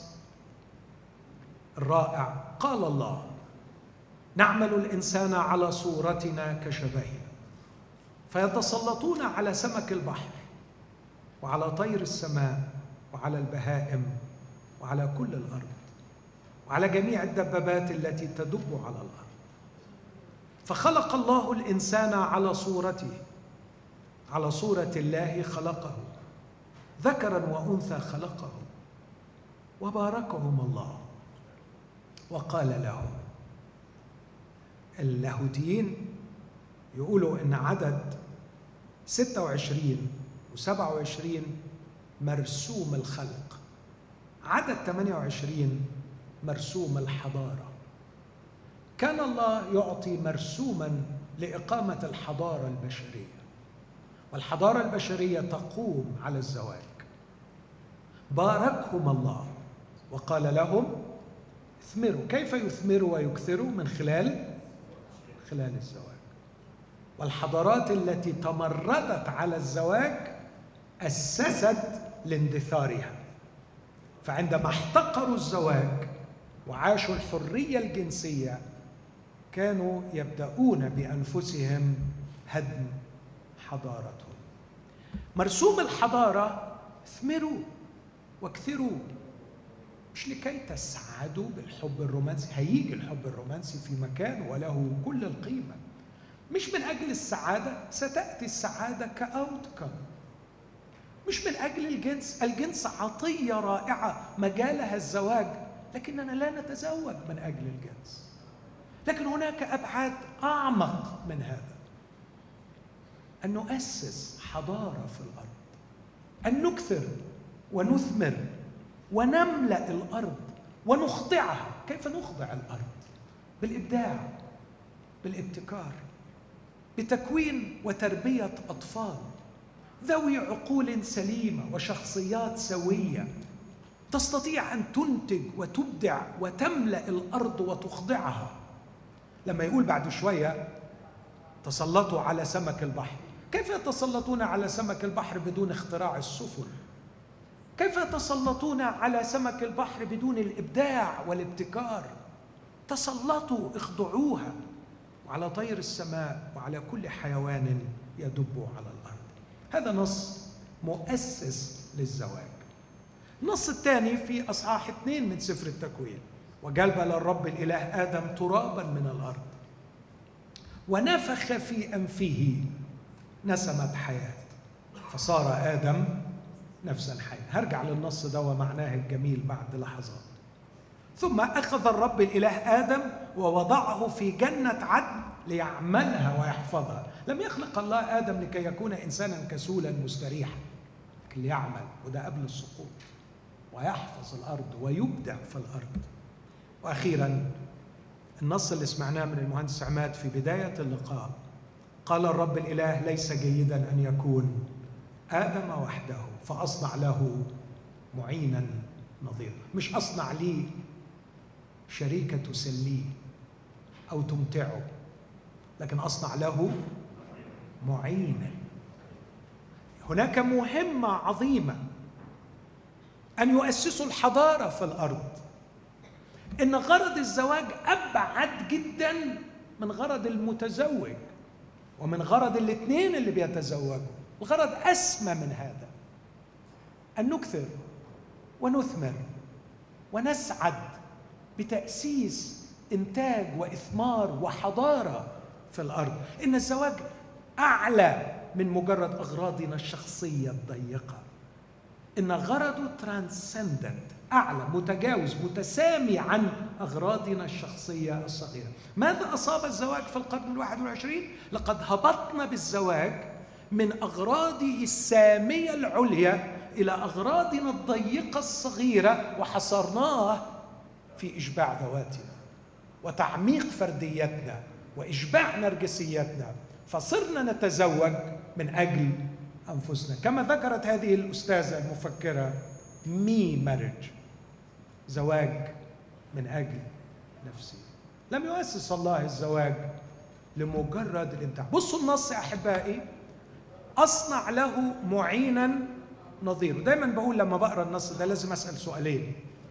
الرائع، قال الله نعمل الإنسان على صورتنا كشبهنا، فيتسلطون على سمك البحر وعلى طير السماء وعلى البهائم وعلى كل الأرض وعلى جميع الدبابات التي تدب على الأرض. فخلق الله الإنسان على صورته على صورة الله خلقه، ذكرا وأنثى خلقه، وباركهم الله وقال لهم. اللاهوتيين يقولوا إن عدد ستة وعشرين وسبعة وعشرين مرسوم الخلق، عدد ثمانية وعشرين مرسوم الحضارة. كان الله يعطي مرسوما لإقامة الحضارة البشرية، والحضارة البشرية تقوم على الزواج. باركهم الله وقال لهم اثمروا. كيف يثمروا ويكثروا؟ من خلال خلال الزواج. والحضارات التي تمردت على الزواج أسست لاندثارها، فعندما احتقروا الزواج وعاشوا الحرية الجنسية كانوا يبدأون بأنفسهم هدم حضارتهم. مرسوم الحضارة اثمروا واكثروا، مش لكي تسعدوا بالحب الرومانسي. هيجي الحب الرومانسي في مكان وله كل القيمة، مش من أجل السعادة، ستأتي السعادة كأوتكم. مش من أجل الجنس، الجنس عطية رائعة مجالها الزواج، لكننا لا نتزوج من أجل الجنس. لكن هناك أبعاد أعمق من هذا، أن نؤسس حضارة في الأرض، أن نكثر ونثمر ونملأ الأرض ونخضعها. كيف نخضع الأرض؟ بالإبداع، بالابتكار، بتكوين وتربية أطفال ذوي عقول سليمة وشخصيات سوية تستطيع أن تنتج وتبدع وتملأ الأرض وتخضعها. لما يقول بعد شوية تسلطوا على سمك البحر، كيف يتسلطون على سمك البحر بدون اختراع السفن؟ كيف يتسلطون على سمك البحر بدون الإبداع والابتكار؟ تسلطوا، اخضعوها، وعلى طير السماء وعلى كل حيوان يدب على الأرض. هذا نص مؤسس للزواج. النص الثاني في أصحاح اثنين من سفر التكوين: وجلب للرب الإله آدم ترابا من الأرض ونفخ في أنفه نسمة حياة فصار آدم نفسا حية. هرجع للنص ده ومعناه الجميل بعد لحظات. ثم أخذ الرب الإله آدم ووضعه في جنة عدن ليعملها ويحفظها. لم يخلق الله آدم لكي يكون إنسانا كسولا مستريحا، لكن ليعمل، وده قبل السقوط، ويحفظ الأرض ويبدع في الأرض. وأخيرا النص اللي سمعناه من المهندس عماد في بداية اللقاء: قال الرب الإله ليس جيدا أن يكون آدم وحده فأصنع له معينا نظيرا. مش أصنع لي شريكة تسليه أو تمتعه، لكن أصنع له معينا. هناك مهمة عظيمة أن يؤسسوا الحضارة في الأرض. إن غرض الزواج أبعد جدا من غرض المتزوج ومن غرض الاثنين اللي بيتزوجوا. الغرض أسمى من هذا، أن نكثر ونثمر ونسعد بتأسيس إنتاج وإثمار وحضارة في الأرض. إن الزواج أعلى من مجرد أغراضنا الشخصية الضيقة. إن غرضه ترانسندنت، أعلى، متجاوز، متسامي عن أغراضنا الشخصية الصغيرة. ماذا أصاب الزواج في القرن الواحد والعشرين؟ لقد هبطنا بالزواج من أغراضه السامية العليا إلى أغراضنا الضيقة الصغيرة، وحصرناه في إشباع ذواتنا وتعميق فرديتنا وإشباع نرجسيتنا، فصرنا نتزوج من أجل أنفسنا. كما ذكرت هذه الأستاذة المفكرة مي مارج، زواج من أجل نفسي. لم يؤسس الله الزواج لمجرد الامتاع. بصوا النص يا أحبائي: أصنع له معينا نظير. دايما بقول لما بقرأ النص ده لازم أسأل سؤالين: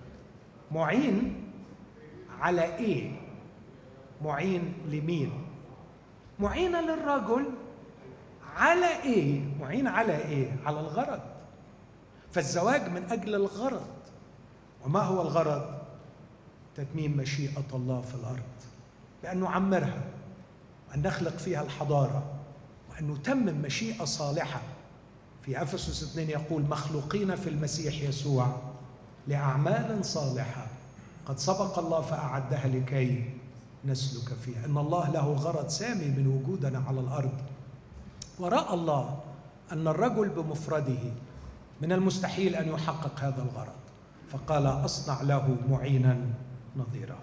معين على إيه؟ معين لمين؟ معين للرجل على إيه؟ معين على إيه؟ على الغرض. فالزواج من أجل الغرض. وما هو الغرض؟ تتميم مشيئة الله في الأرض، بأن نعمرها وأن نخلق فيها الحضارة وأن نتمم مشيئة صالحة. في أفسس اثنين يقول: مخلوقين في المسيح يسوع لأعمال صالحة قد سبق الله فأعدها لكي نسلك فيها. إن الله له غرض سامي من وجودنا على الأرض، ورأى الله أن الرجل بمفرده من المستحيل أن يحقق هذا الغرض، فقال: أصنع له معينا نظيرا.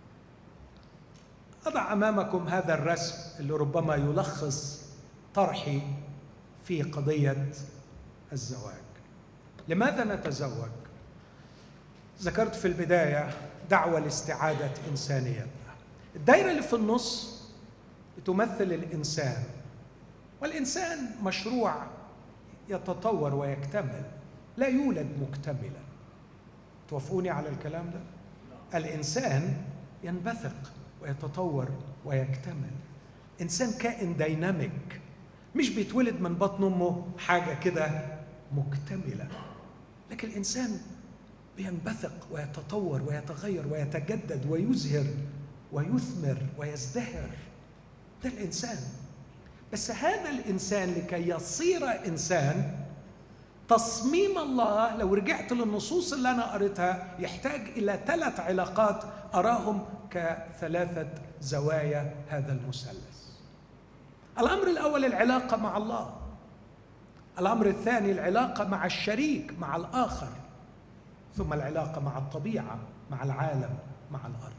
أضع أمامكم هذا الرسم اللي ربما يلخص طرحي في قضية الزواج. لماذا نتزوج؟ ذكرت في البداية دعوة لاستعادة إنسانيتنا. الدائرة اللي في النص تمثل الإنسان، والإنسان مشروع يتطور ويكتمل، لا يولد مكتملا. توافقوني على الكلام ده؟ الإنسان ينبثق ويتطور ويكتمل. إنسان كائن ديناميك، مش بيتولد من بطن أمه حاجة كده مكتملة، لكن الإنسان بينبثق ويتطور ويتغير ويتجدد ويزهر ويثمر ويزدهر. ده الإنسان. بس هذا الإنسان لكي يصير إنسان، تصميم الله لو رجعت للنصوص اللي أنا قريتها يحتاج إلى ثلاث علاقات أراهم كثلاثة زوايا هذا المثلث. الأمر الأول العلاقة مع الله، الأمر الثاني العلاقة مع الشريك مع الآخر، ثم العلاقة مع الطبيعة مع العالم مع الأرض.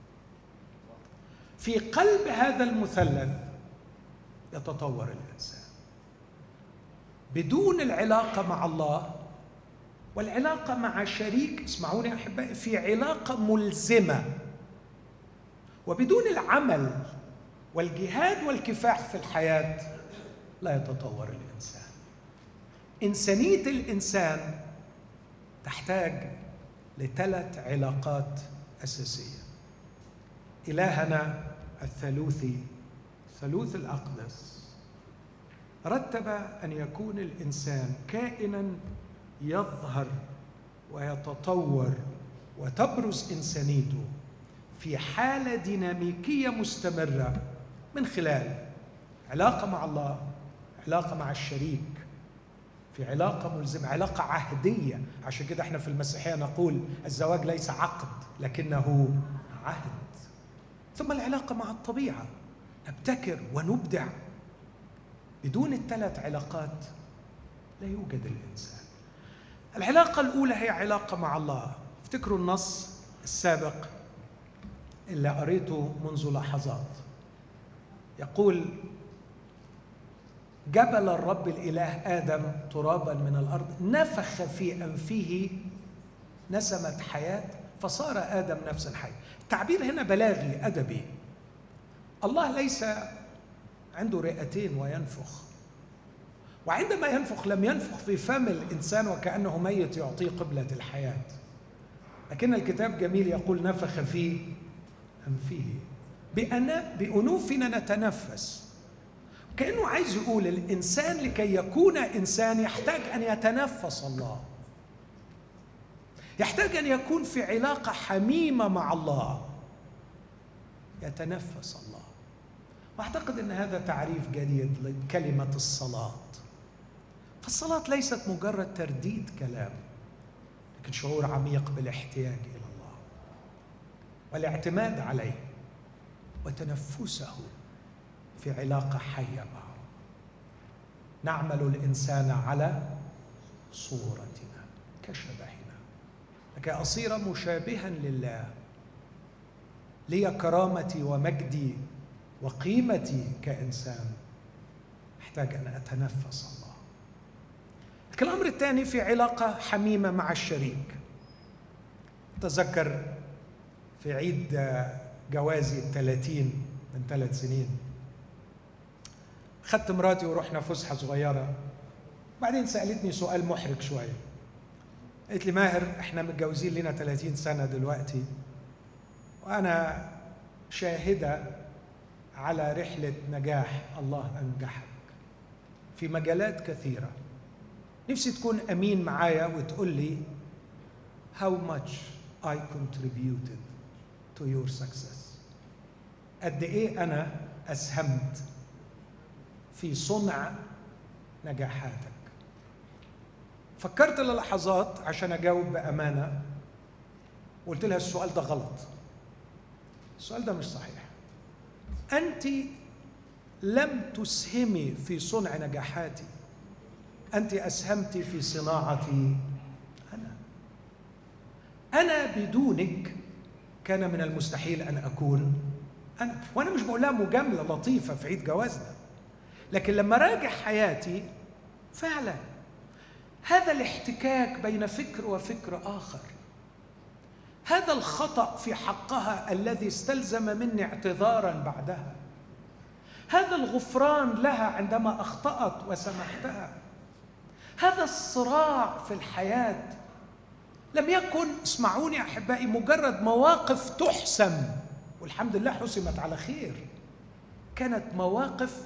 في قلب هذا المثلث يتطور الإنسان. بدون العلاقة مع الله والعلاقة مع شريك، اسمعوني يا أحبائي، في علاقة ملزمة، وبدون العمل والجهاد والكفاح في الحياة لا يتطور الإنسان. إنسانية الإنسان تحتاج لثلاث علاقات أساسية. إلهنا الثالوثي الثالوث الأقدس رتب أن يكون الإنسان كائناً يظهر ويتطور وتبرز إنسانيته في حالة ديناميكية مستمرة من خلال علاقة مع الله، علاقة مع الشريك، في علاقة ملزمة، علاقة عهدية. عشان كده احنا في المسيحية نقول الزواج ليس عقد لكنه عهد. ثم العلاقة مع الطبيعة، نبتكر ونبدع. بدون الثلاث علاقات لا يوجد الإنسان. العلاقة الأولى هي علاقة مع الله. افتكروا النص السابق اللي قريته منذ لحظات، يقول: جبل الرب الإله آدم ترابا من الأرض، نفخ في أنفه نسمة حياة فصار آدم نفسا حية. التعبير هنا بلاغي أدبي. الله ليس عنده رئتين وينفخ، وعندما ينفخ لم ينفخ في فم الإنسان وكأنه ميت يعطيه قبلة الحياة، لكن الكتاب جميل يقول: نفخ في أنفه، بأنوفنا نتنفس. كأنه عايز يقول الإنسان لكي يكون إنسان يحتاج أن يتنفس الله، يحتاج أن يكون في علاقة حميمة مع الله، يتنفس الله. وأعتقد أن هذا تعريف جديد لكلمة الصلاة. فالصلاة ليست مجرد ترديد كلام، لكن شعور عميق بالاحتياج إلى الله والاعتماد عليه وتنفسه في علاقة حية معه. نعمل الإنسان على صورتنا كشبهنا لكي أصير مشابها لله، لي كرامتي ومجدي وقيمتي كإنسان، أحتاج أن أتنفس الله. لكن الأمر الثاني في علاقة حميمة مع الشريك. تذكر في عيد جوازي الثلاثين من ثلاث سنين خدت مراتي ورحنا فسحة صغيرة، بعدين سألتني سؤال محرج شوية. قالت لي: ماهر، احنا متجوزين لنا ثلاثين سنة دلوقتي، وأنا شاهدة على رحلة نجاح الله أنجحك في مجالات كثيرة. نفسي تكون أمين معايا وتقول لي how much I contributed to your success. قد إيه أنا أسهمت في صنع نجاحاتك. فكرت للحظات عشان أجاوب بأمانة، وقلت لها السؤال ده غلط، السؤال ده مش صحيح. أنت لم تسهمي في صنع نجاحاتي، أنت أسهمت في صناعتي أنا. أنا بدونك كان من المستحيل أن أكون أنا. وأنا مش بقولها مجاملة لطيفة في عيد جوازنا، لكن لما راجع حياتي فعلا هذا الاحتكاك بين فكر وفكر آخر، هذا الخطأ في حقها الذي استلزم مني اعتذارا بعدها، هذا الغفران لها عندما أخطأت وسمحتها، هذا الصراع في الحياة لم يكن، اسمعوني أحبائي، مجرد مواقف تحسم، والحمد لله حسمت على خير، كانت مواقف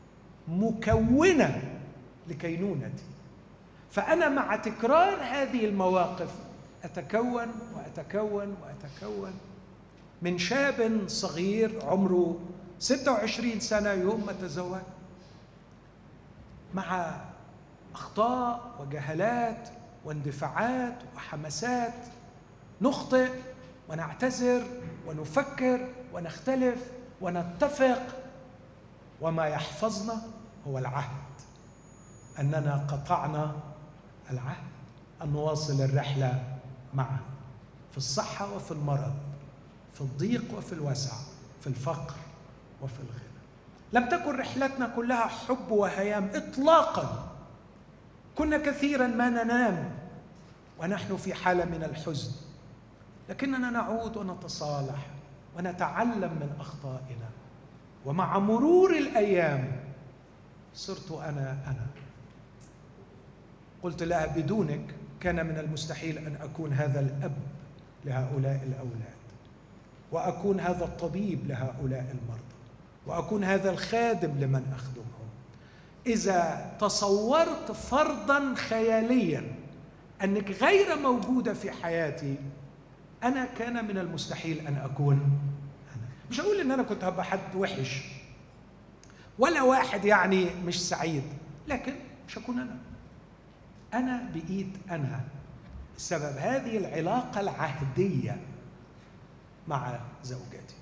مكونة لكينونتي. فأنا مع تكرار هذه المواقف أتكون وأتكون وأتكون من شاب صغير عمره ستة وعشرين سنة يوم ما تزوج، مع أخطاء وجهالات واندفاعات وحماسات، نخطئ ونعتذر ونفكر ونختلف ونتفق، وما يحفظنا هو العهد، أننا قطعنا العهد أن نواصل الرحلة معا في الصحة وفي المرض، في الضيق وفي الوسع، في الفقر وفي الغنى. لم تكن رحلتنا كلها حب وهيام إطلاقا، كنا كثيرا ما ننام ونحن في حالة من الحزن، لكننا نعود ونتصالح ونتعلم من أخطائنا، ومع مرور الأيام صرت أنا أنا. قلت لها بدونك كان من المستحيل أن أكون هذا الأب لهؤلاء الأولاد، وأكون هذا الطبيب لهؤلاء المرضى، وأكون هذا الخادم لمن أخدمهم. إذا تصورت فرضاً خيالياً أنك غير موجودة في حياتي، أنا كان من المستحيل أن أكون أنا. مش هقول إن أنا كنت هبقى حد وحش ولا واحد يعني مش سعيد، لكن مش هكون أنا. أنا بإيد أنا بسبب هذه العلاقة العهدية مع زوجتي.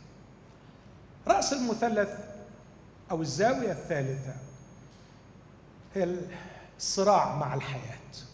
رأس المثلث أو الزاوية الثالثة هي الصراع مع الحياة.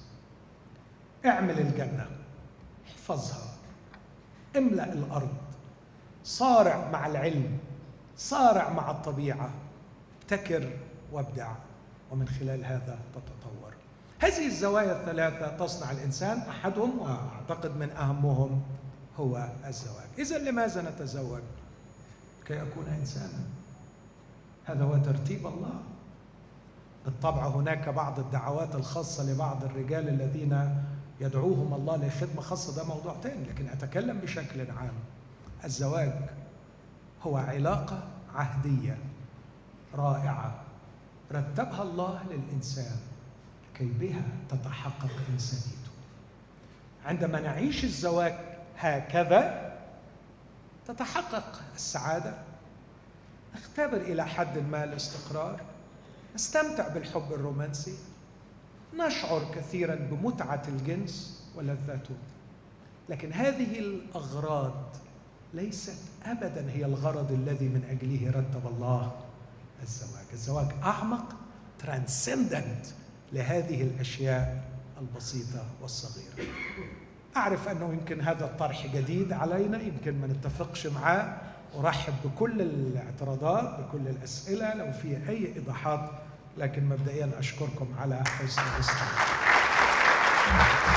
اعمل الجنة، احفظها، املأ الأرض، صارع مع العلم، صارع مع الطبيعة، ابتكر وابدع، ومن خلال هذا تتطور. هذه الزوايا الثلاثة تصنع الإنسان. أحدهم وأعتقد من أهمهم هو الزواج. إذن لماذا نتزوج؟ كي أكون إنسانا. هذا هو ترتيب الله. بالطبع هناك بعض الدعوات الخاصة لبعض الرجال الذين يدعوهم الله لخدمة خاصة، ده موضوع تاني، لكن أتكلم بشكل عام. الزواج هو علاقة عهدية رائعة رتبها الله للإنسان كي بها تتحقق إنسانيته. عندما نعيش الزواج هكذا تتحقق السعادة، نختبر إلى حد ما الاستقرار، نستمتع بالحب الرومانسي، نشعر كثيرا بمتعة الجنس ولذته. لكن هذه الأغراض ليست أبدا هي الغرض الذي من أجله رتب الله الزواج. الزواج أعمق، ترانسندنت لهذه الأشياء البسيطة والصغيرة. أعرف أنه يمكن هذا الطرح جديد علينا، يمكن ما نتفقش معاه، أرحب بكل الاعتراضات، بكل الأسئلة لو في أي إيضاحات، لكن مبدئيا أشكركم على حسن الاستماع.